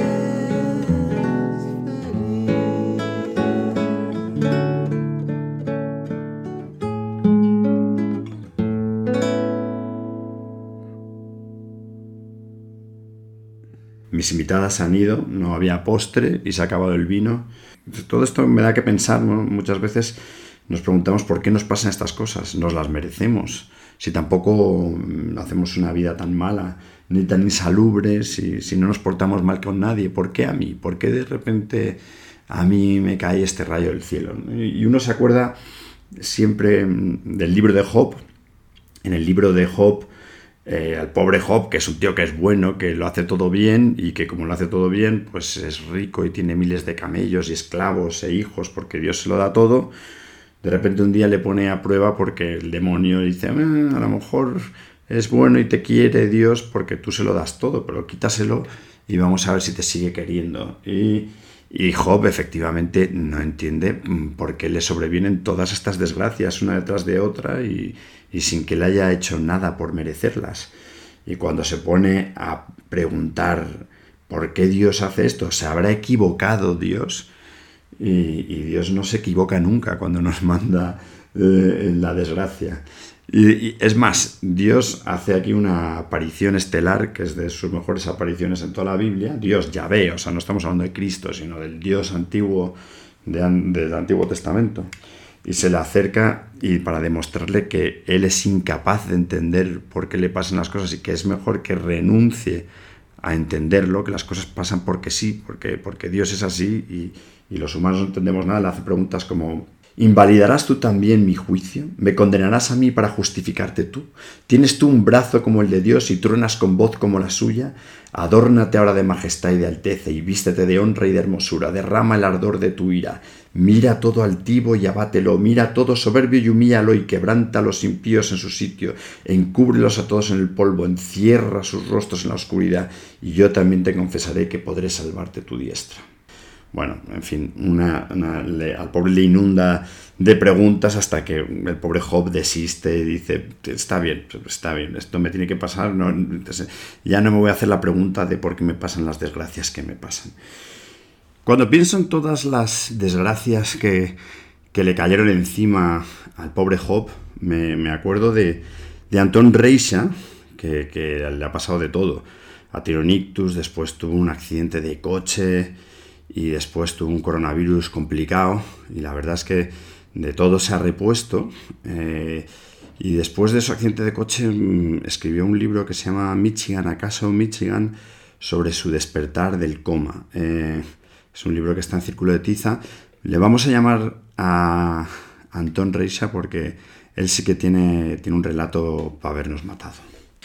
Mis invitadas han ido, no había postre y se ha acabado el vino. Todo esto me da que pensar, ¿no? Muchas veces nos preguntamos por qué nos pasan estas cosas. Nos las merecemos. Si tampoco hacemos una vida tan mala, ni tan insalubre, si no nos portamos mal con nadie, ¿por qué a mí? ¿Por qué de repente a mí me cae este rayo del cielo? Y uno se acuerda siempre del libro de Job. En el libro de Job, al pobre Job, que es un tío que es bueno, que lo hace todo bien y que como lo hace todo bien, pues es rico y tiene miles de camellos y esclavos e hijos porque Dios se lo da todo. De repente un día le pone a prueba porque el demonio dice, a lo mejor es bueno y te quiere Dios porque tú se lo das todo, pero quítaselo y vamos a ver si te sigue queriendo. Y Job efectivamente no entiende por qué le sobrevienen todas estas desgracias una detrás de otra y sin que le haya hecho nada por merecerlas. Y cuando se pone a preguntar por qué Dios hace esto, ¿se habrá equivocado Dios? Y Dios no se equivoca nunca cuando nos manda la desgracia. Y es más, Dios hace aquí una aparición estelar, que es de sus mejores apariciones en toda la Biblia. Dios Yahvé, o sea, no estamos hablando de Cristo, sino del Dios antiguo del Antiguo Testamento. Y se le acerca y para demostrarle que él es incapaz de entender por qué le pasan las cosas y que es mejor que renuncie a entenderlo, que las cosas pasan porque sí, porque Dios es así y los humanos no entendemos nada. Le hace preguntas como: ¿invalidarás tú también mi juicio? ¿Me condenarás a mí para justificarte tú? ¿Tienes tú un brazo como el de Dios y truenas con voz como la suya? Adórnate ahora de majestad y de alteza y vístete de honra y de hermosura. Derrama el ardor de tu ira. Mira todo altivo y abátelo. Mira todo soberbio y humíllalo y quebranta a los impíos en su sitio. Encúbrelos a todos en el polvo. Encierra sus rostros en la oscuridad y yo también te confesaré que podré salvarte tu diestra. Bueno, en fin, al pobre le inunda de preguntas hasta que el pobre Job desiste y dice, está bien, esto me tiene que pasar, no, entonces, ya no me voy a hacer la pregunta de por qué me pasan las desgracias que me pasan. Cuando pienso en todas las desgracias que le cayeron encima al pobre Job, me acuerdo de Anton Reicha, que le ha pasado de todo. Ha tenido un ictus, después tuvo un accidente de coche y después tuvo un coronavirus complicado y la verdad es que de todo se ha repuesto. Y después de su accidente de coche escribió un libro que se llama Michigan, ¿acaso Michigan?, sobre su despertar del coma. Es un libro que está en Círculo de Tiza. Le vamos a llamar a Anton Reicha porque él sí que tiene un relato para habernos matado.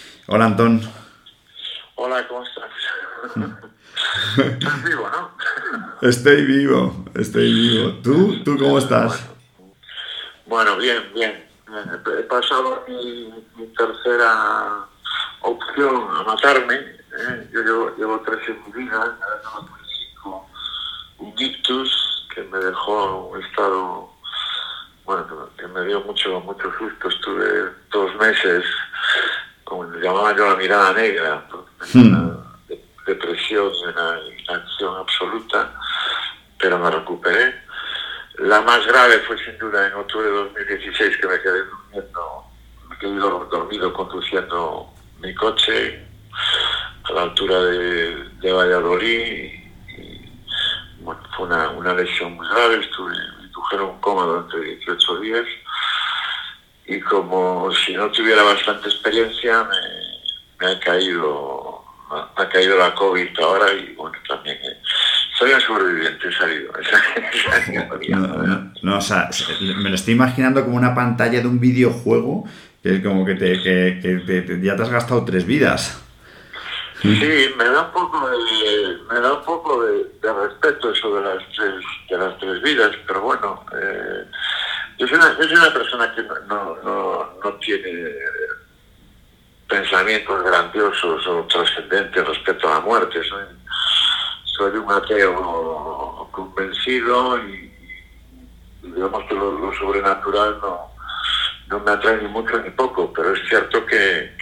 Hola, Antón. Hola, ¿cómo estás? Estás vivo, ¿no? Estoy vivo. ¿Tú cómo estás? Bueno, bien. He pasado mi tercera opción a matarme. Yo llevo 3 en mi vida, no tuve 5. Un ictus que me dejó un estado, bueno, que me dio mucho susto. Estuve 2 meses, como le llamaba yo, la mirada negra, una depresión y una inacción absoluta, pero me recuperé. La más grave fue sin duda en octubre de 2016, que me quedé dormido conduciendo mi coche a la altura de Valladolid. Bueno, fue una lesión muy grave, me indujeron un coma durante 18 días y como si no tuviera bastante experiencia me ha caído la COVID ahora y bueno, también soy un sobreviviente, he salido. No, o sea, me lo estoy imaginando como una pantalla de un videojuego que es como que ya te has gastado 3 vidas. Sí, me da un poco de respeto eso de las tres vidas, pero bueno, yo soy una persona que no tiene pensamientos grandiosos o trascendentes respecto a la muerte. Soy un ateo convencido y digamos que lo sobrenatural no me atrae ni mucho ni poco, pero es cierto que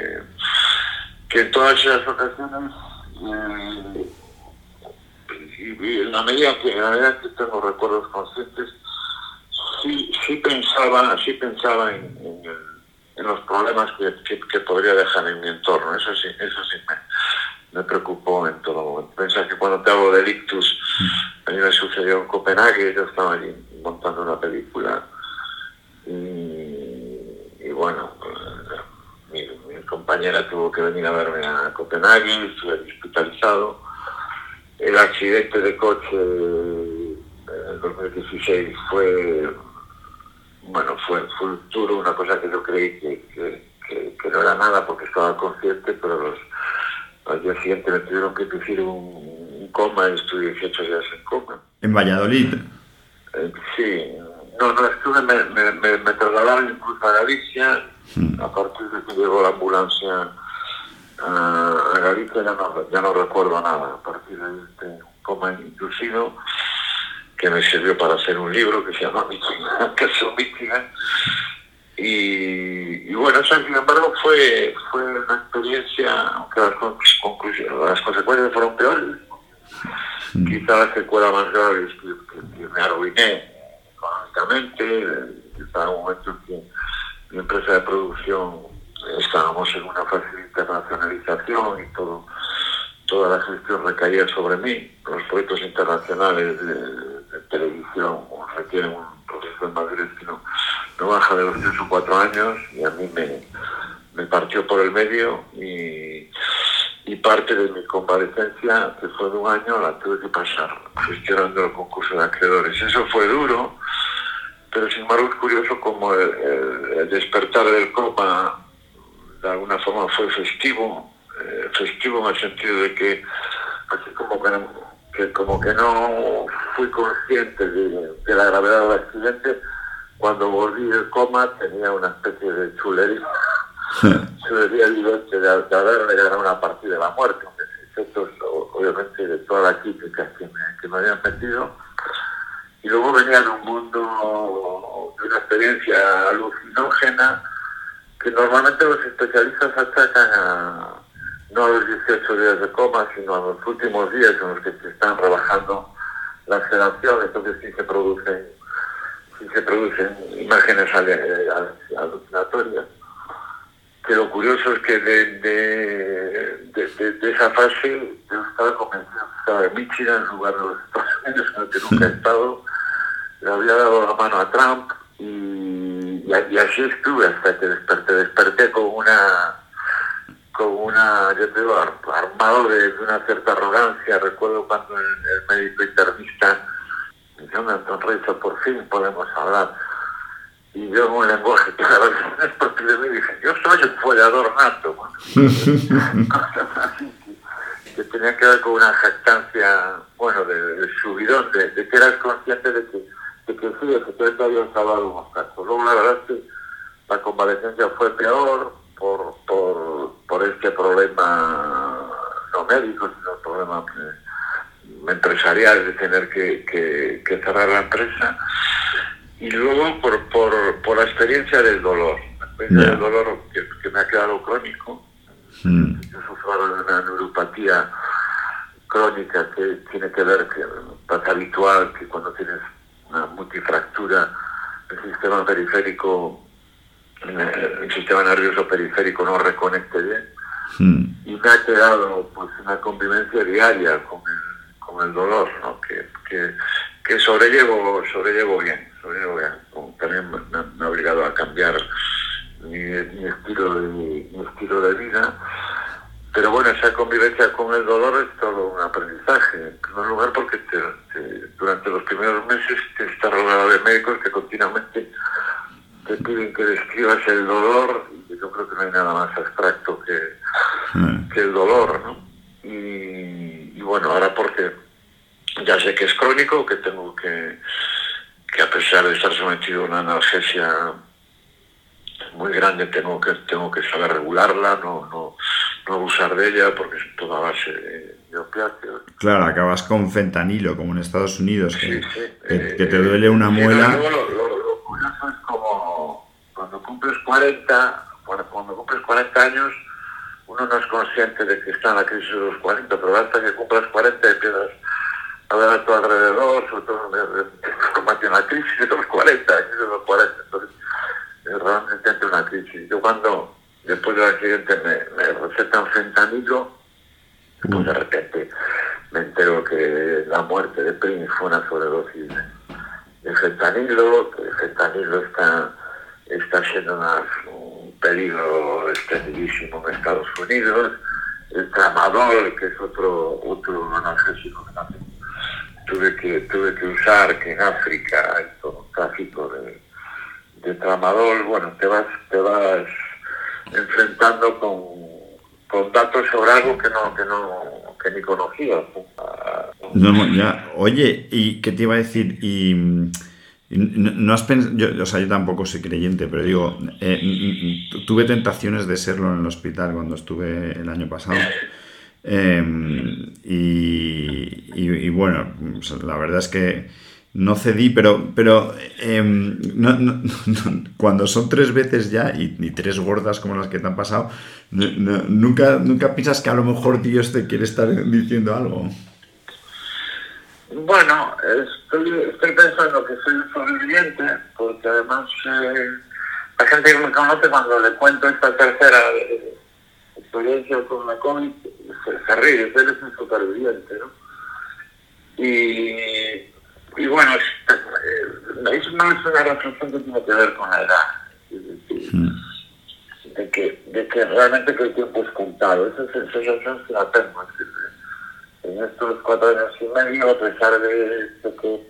en todas esas ocasiones y en la medida que tengo recuerdos conscientes sí pensaba en los problemas que podría dejar en mi entorno. Eso sí me preocupó en todo momento. Pensaba que cuando te hablo del ictus, a mí me sucedió en Copenhague, yo estaba allí montando una película y bueno, mi compañera tuvo que venir a verme a Copenhague, estuve hospitalizado. El accidente de coche en 2016 fue duro, una cosa que yo creí que no era nada porque estaba consciente, pero al día siguiente me tuvieron que inducir un coma y estuve 18 días en coma. ¿En Valladolid? Sí, me trasladaron incluso a Galicia. A partir de que llegó la ambulancia a Galicia ya no recuerdo nada. A partir de este coma inducido, que me sirvió para hacer un libro que se llama Michigan, Caso Michigan. Y bueno, eso sin embargo fue una experiencia, aunque las consecuencias fueron peores. Quizá la secuela más grave es que me arruiné económicamente. Estaba en un momento en que mi empresa de producción estábamos en una fase de internacionalización y toda la gestión recaía sobre mí. Los proyectos internacionales de televisión requieren un proceso de madurez que no baja de los 3 o 4 años y a mí me partió por el medio y parte de mi convalecencia, que fue de 1 año, la tuve que pasar gestionando el concurso de acreedores. Eso fue duro, pero sin embargo es curioso como el despertar del coma de alguna forma fue festivo en el sentido de que así como que no fui consciente de la gravedad del accidente. Cuando volví del coma tenía una especie de chulería evidente de haberle ganado una partida de la muerte, efectos obviamente de todas las químicas que me habían metido. Y luego venía de un mundo, de una experiencia alucinógena que normalmente los especialistas atacan no a los 18 días de coma, sino a los últimos días en los que se están rebajando la sedación. Entonces sí se producen imágenes alucinatorias. Que lo curioso es que de esa fase yo estaba convencido que estaba en Michigan, en lugar de los Estados Unidos, en el que nunca he estado. Le había dado la mano a Trump y así estuve hasta que desperté con una, yo te digo, armado de una cierta arrogancia. Recuerdo cuando el médico internista me dijo: Antón Reixa, por fin podemos hablar. Y yo en un lenguaje que la verdad es porque de mí dije, yo soy un follador nato. Cosas así que tenía que ver con una jactancia, bueno, de subidón, de que eras consciente de que sí, efectivamente habían salvado unos casos. Luego la verdad es que la convalecencia fue peor por este problema no médico, sino el problema empresarial de tener que cerrar la empresa. Y luego por la experiencia del dolor, del dolor que me ha quedado crónico. Yo sufro de una neuropatía crónica que tiene que ver, que es habitual que cuando tienes una multifractura el sistema periférico, el sistema nervioso periférico no reconecte bien. Y me ha quedado pues una convivencia diaria con el dolor, ¿no? que sobrellevo bien. También me ha obligado a cambiar mi estilo de vida. Pero bueno, esa convivencia con el dolor es todo un aprendizaje. En primer lugar porque durante los primeros meses te estás rodeado de médicos que continuamente te piden que describas el dolor. Y yo creo que no hay nada más abstracto que el dolor, ¿no? Y bueno, ahora porque ya sé que es crónico, que tengo que a pesar de estar sometido a una analgesia muy grande, tengo que saber regularla, no abusar de ella, porque es toda base de opiáceos. Claro, acabas con fentanilo, como en Estados Unidos, que te duele una Sí, muela. Lo curioso es como cuando cumples 40 años, uno no es consciente de que está en la crisis de los 40, pero hasta que cumplas 40 empiezas a ver a tu alrededor, sobre todo en la crisis de los 40, entonces realmente entra una crisis. Yo cuando, después del accidente, me recetan fentanilo, pues de repente me entero que la muerte de Prince fue una sobredosis de fentanilo, que el fentanilo está siendo un peligro extendidísimo en Estados Unidos, el tramadol, que es otro analgésico que también tuve que usar, que en África hay todo un tráfico de tramadol. Bueno, te vas enfrentando con datos sobre algo que ni conocías. No, ya. Oye, ¿y qué te iba a decir? Y no has pensado, yo tampoco soy creyente, pero digo, tuve tentaciones de serlo en el hospital cuando estuve el año pasado. Y bueno, la verdad es que no cedí, pero cuando son 3 veces ya y 3 gordas como las que te han pasado, nunca piensas que a lo mejor Dios te quiere estar diciendo algo. Bueno, estoy pensando que soy un sobreviviente, porque además la gente que me conoce, cuando le cuento esta tercera experiencia con la COVID, se ríe, él es un superviviente, ¿no? Y bueno, es más una reflexión que tiene que ver con la edad, de que realmente que el tiempo es contado. Esa sensación se la tengo, es decir, en estos 4 años y medio, a pesar de que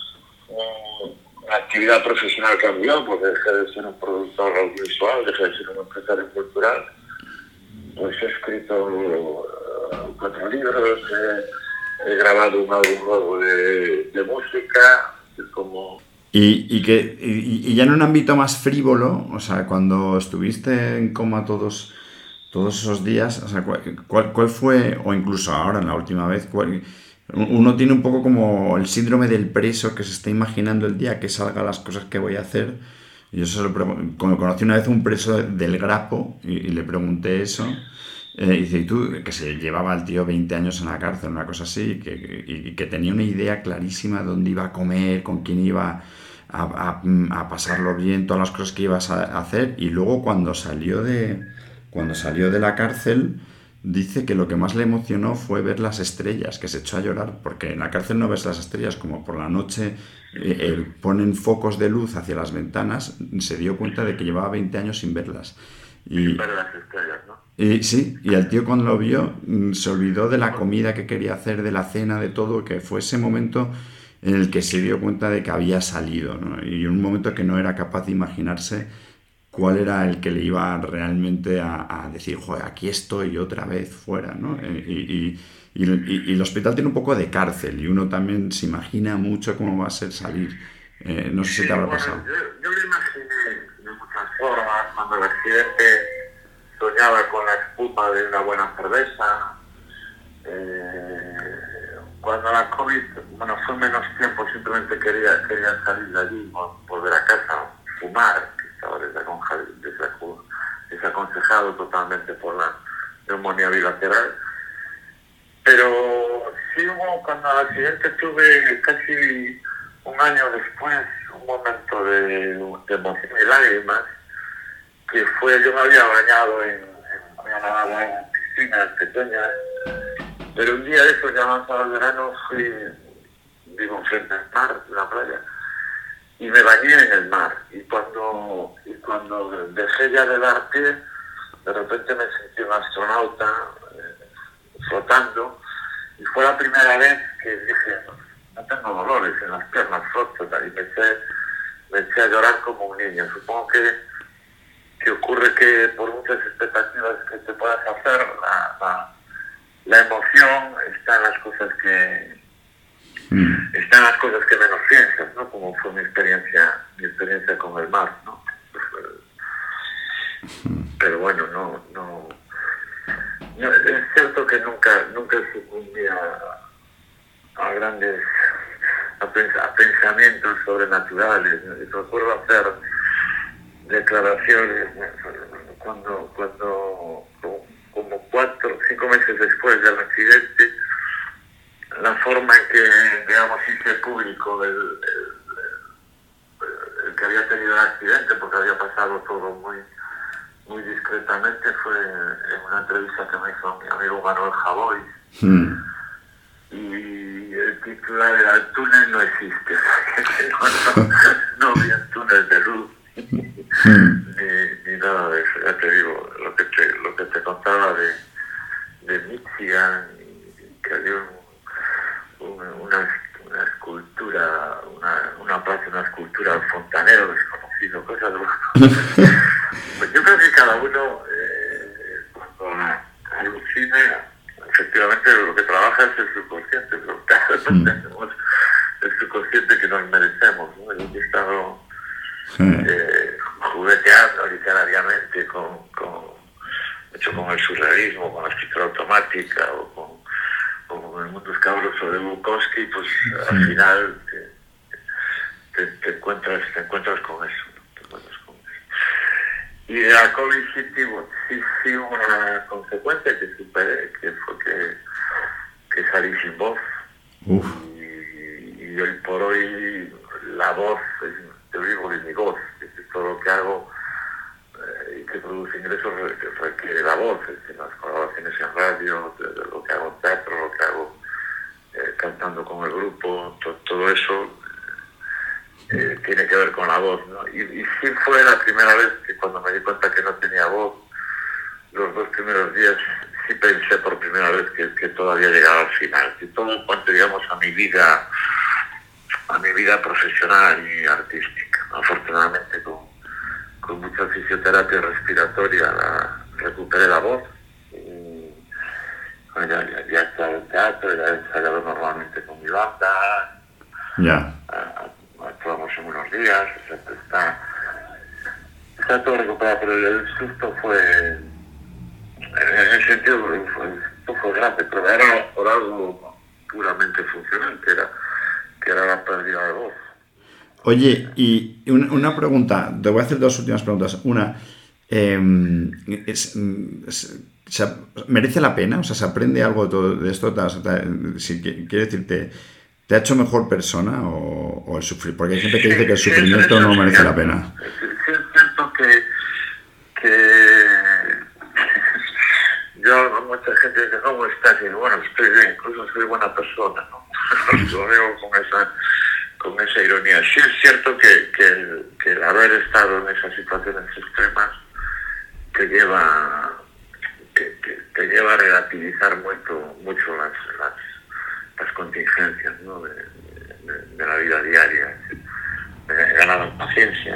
la actividad profesional cambió, porque dejé de ser un productor audiovisual, dejé de ser un empresario cultural, pues he escrito 4 libros, he grabado un álbum nuevo de música, como... Y ya en un ámbito más frívolo, o sea, cuando estuviste en coma todos esos días, o sea, ¿cuál fue, o incluso ahora en la última vez, uno tiene un poco como el síndrome del preso que se está imaginando el día que salga las cosas que voy a hacer? Y yo como conocí una vez un preso del Grapo y le pregunté eso, y dice, ¿y tú? Que se llevaba el tío 20 años en la cárcel, una cosa así, y que tenía una idea clarísima de dónde iba a comer, con quién iba a pasarlo bien, todas las cosas que ibas a hacer, y luego cuando salió de la cárcel dice que lo que más le emocionó fue ver las estrellas, que se echó a llorar, porque en la cárcel no ves las estrellas, como por la noche ponen focos de luz hacia las ventanas, se dio cuenta de que llevaba 20 años sin verlas. Sin ver las estrellas, ¿no? Sí, y el tío cuando lo vio se olvidó de la comida que quería hacer, de la cena, de todo, que fue ese momento en el que se dio cuenta de que había salido, ¿no? Y en un momento que no era capaz de imaginarse cuál era el que le iba realmente a decir, joder, aquí estoy otra vez fuera, ¿no? Y el hospital tiene un poco de cárcel y uno también se imagina mucho cómo va a ser salir. No sé si te habrá pasado. Yo lo imaginé de muchas formas. Cuando el accidente soñaba con la espuma de una buena cerveza. Cuando la COVID, bueno, fue menos tiempo, simplemente quería salir de allí, volver a casa, fumar, que estaba desaconsejado totalmente por la neumonía bilateral. Pero sí hubo, cuando el accidente tuve casi un año después, un momento de emoción y lágrimas, que fue, yo me había bañado había nadado en piscinas pequeñas, pero un día de eso, ya avanzado el verano, vivo frente al mar, en la playa, y me bañé en el mar, y cuando dejé ya de dar pie, de repente me sentí un astronauta flotando, y fue la primera vez que dije, no tengo dolores en las piernas, floto, y me eché a llorar como un niño. Supongo que ocurre que por muchas expectativas que te puedas hacer, la emoción está en las cosas que menos piensas, ¿no? Como fue mi experiencia con el mar, ¿no? Pero bueno, no es cierto que nunca sucumbí a grandes a pensamientos sobrenaturales, ¿no? Y recuerdo hacer declaraciones cuando como 4 o 5 meses después del accidente, la forma en que, digamos, hice público el que había tenido el accidente, porque había pasado todo muy discretamente, fue en una entrevista que me hizo mi amigo Manuel Javoy. Y el titular era "El túnel no existe". No había túnel de luz ni nada de eso. Ya te digo, lo que te contaba de Michigan, que había una escultura, una escultura del fontanero desconocido, cosas de pues yo creo que cada uno cuando alucina, efectivamente lo que trabaja es el subconsciente, pero cada uno tenemos el subconsciente que nos merecemos, ¿no? Yo he estado jugueteando literariamente con el surrealismo, con la escritura automática o con el mundo escabroso de Bukowski, pues al final te encuentras con eso, ¿no? Y de la COVID sí hubo una consecuencia que superé, que fue que salí sin voz. Y hoy por hoy la voz, yo vivo de mi voz, es todo lo que hago y que produce ingresos requiere la voz, es decir, las colaboraciones en radio, de lo que hago en teatro, lo que hago cantando con el grupo, todo eso tiene que ver con la voz, ¿no? Y sí fue la primera vez que cuando me di cuenta que no tenía voz, los 2 primeros días sí pensé por primera vez que todavía llegaba al final, que todo en cuanto, digamos, a mi vida profesional y artística. Afortunadamente con mucha fisioterapia respiratoria recuperé la voz y ya está en teatro, ya he ensayado normalmente con mi banda. Actuamos en unos días, está todo recuperado, pero el susto fue, en el sentido, fue grande, pero era por algo puramente funcional, que era la pérdida de voz. Oye, y una pregunta, te voy a hacer 2 últimas preguntas. Una, ¿merece la pena? O sea, ¿se aprende algo de todo de esto? Quiere decir, ¿te ha hecho mejor persona o el sufrir? Porque hay gente que dice que el sufrimiento no merece la pena. Sí, es cierto que yo, mucha gente dice, ¿cómo estás? Y bueno, estoy bien, incluso soy buena persona, ¿no? Lo veo con esa ironía. Sí es cierto que el haber estado en esas situaciones extremas te lleva a relativizar mucho las contingencias, ¿no? de de la vida diaria. He ganado en paciencia,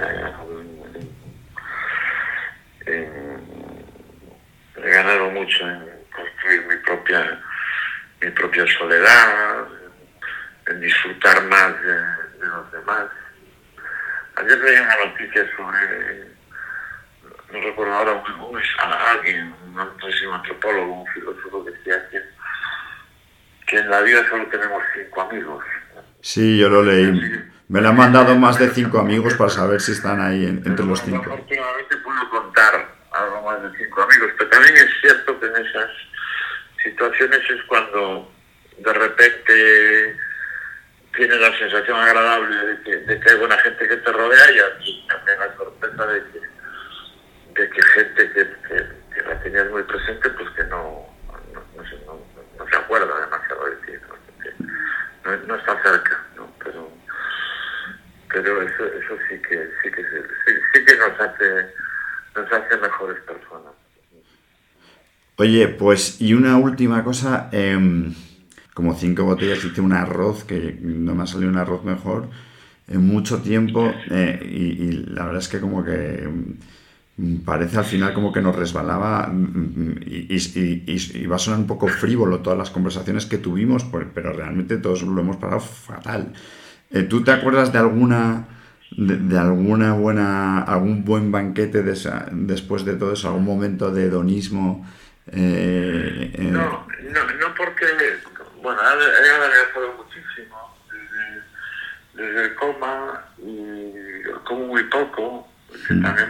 he ganado mucho en construir mi propia soledad, en disfrutar más de los demás. Ayer leí una noticia sobre, no recuerdo ahora, alguien, no sé si un antropólogo, un filósofo, que decía que en la vida solo tenemos 5 amigos. Sí, yo lo leí. Me lo han mandado más de 5 amigos para saber si están ahí entre los 5. Afortunadamente puedo contar algo más de 5 amigos, pero también es cierto que en esas situaciones es cuando de repente tienes la sensación agradable de que hay buena gente que te rodea, y también la sorpresa de que gente que la tenías muy presente, pues que no se acuerda demasiado de ti, no está cerca, ¿no? Pero eso sí que nos hace mejores personas. Oye, pues y una última cosa, como 5 botellas hice un arroz, que no me ha salido un arroz mejor en mucho tiempo, y la verdad es que como que parece al final como que nos resbalaba, y va a sonar un poco frívolo todas las conversaciones que tuvimos, pero realmente todos lo hemos pasado fatal. ¿Tú te acuerdas de alguna algún buen banquete después de todo eso, algún momento de hedonismo? No, porque, bueno, he adelgazado muchísimo desde el coma, y como muy poco, también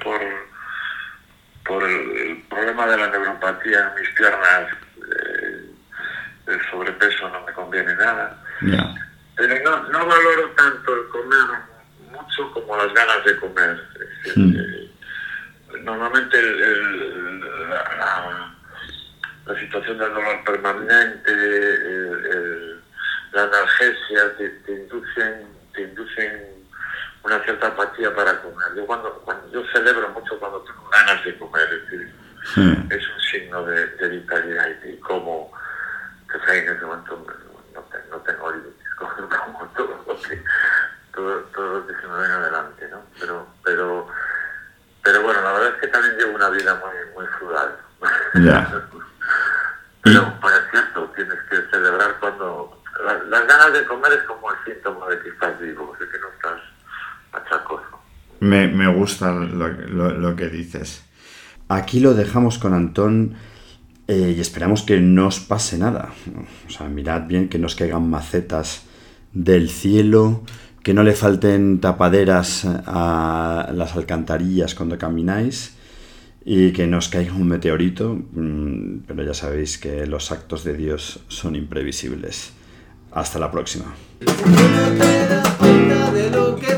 por el problema de la neuropatía en mis piernas. El sobrepeso no me conviene nada. Yeah. Pero no valoro tanto el comer mucho como las ganas de comer. Normalmente la situación del dolor permanente, la analgesia te inducen una cierta apatía para comer. Yo celebro mucho cuando tengo ganas de comer, es decir, es un signo de vitalidad, y como que en ese momento no tengo límites, como todo lo que se me venga adelante, ¿no? Pero bueno, la verdad es que también llevo una vida muy frugal. Yeah. Pero es cierto, tienes que celebrar cuando... Las ganas de comer es como el síntoma de que estás vivo, de que no estás achacoso. Me gusta lo que dices. Aquí lo dejamos con Antón, y esperamos que no os pase nada. O sea, mirad bien que no os caigan macetas del cielo, que no le falten tapaderas a las alcantarillas cuando camináis, y que no os caiga un meteorito, pero ya sabéis que los actos de Dios son imprevisibles. Hasta la próxima. No te das cuenta de lo que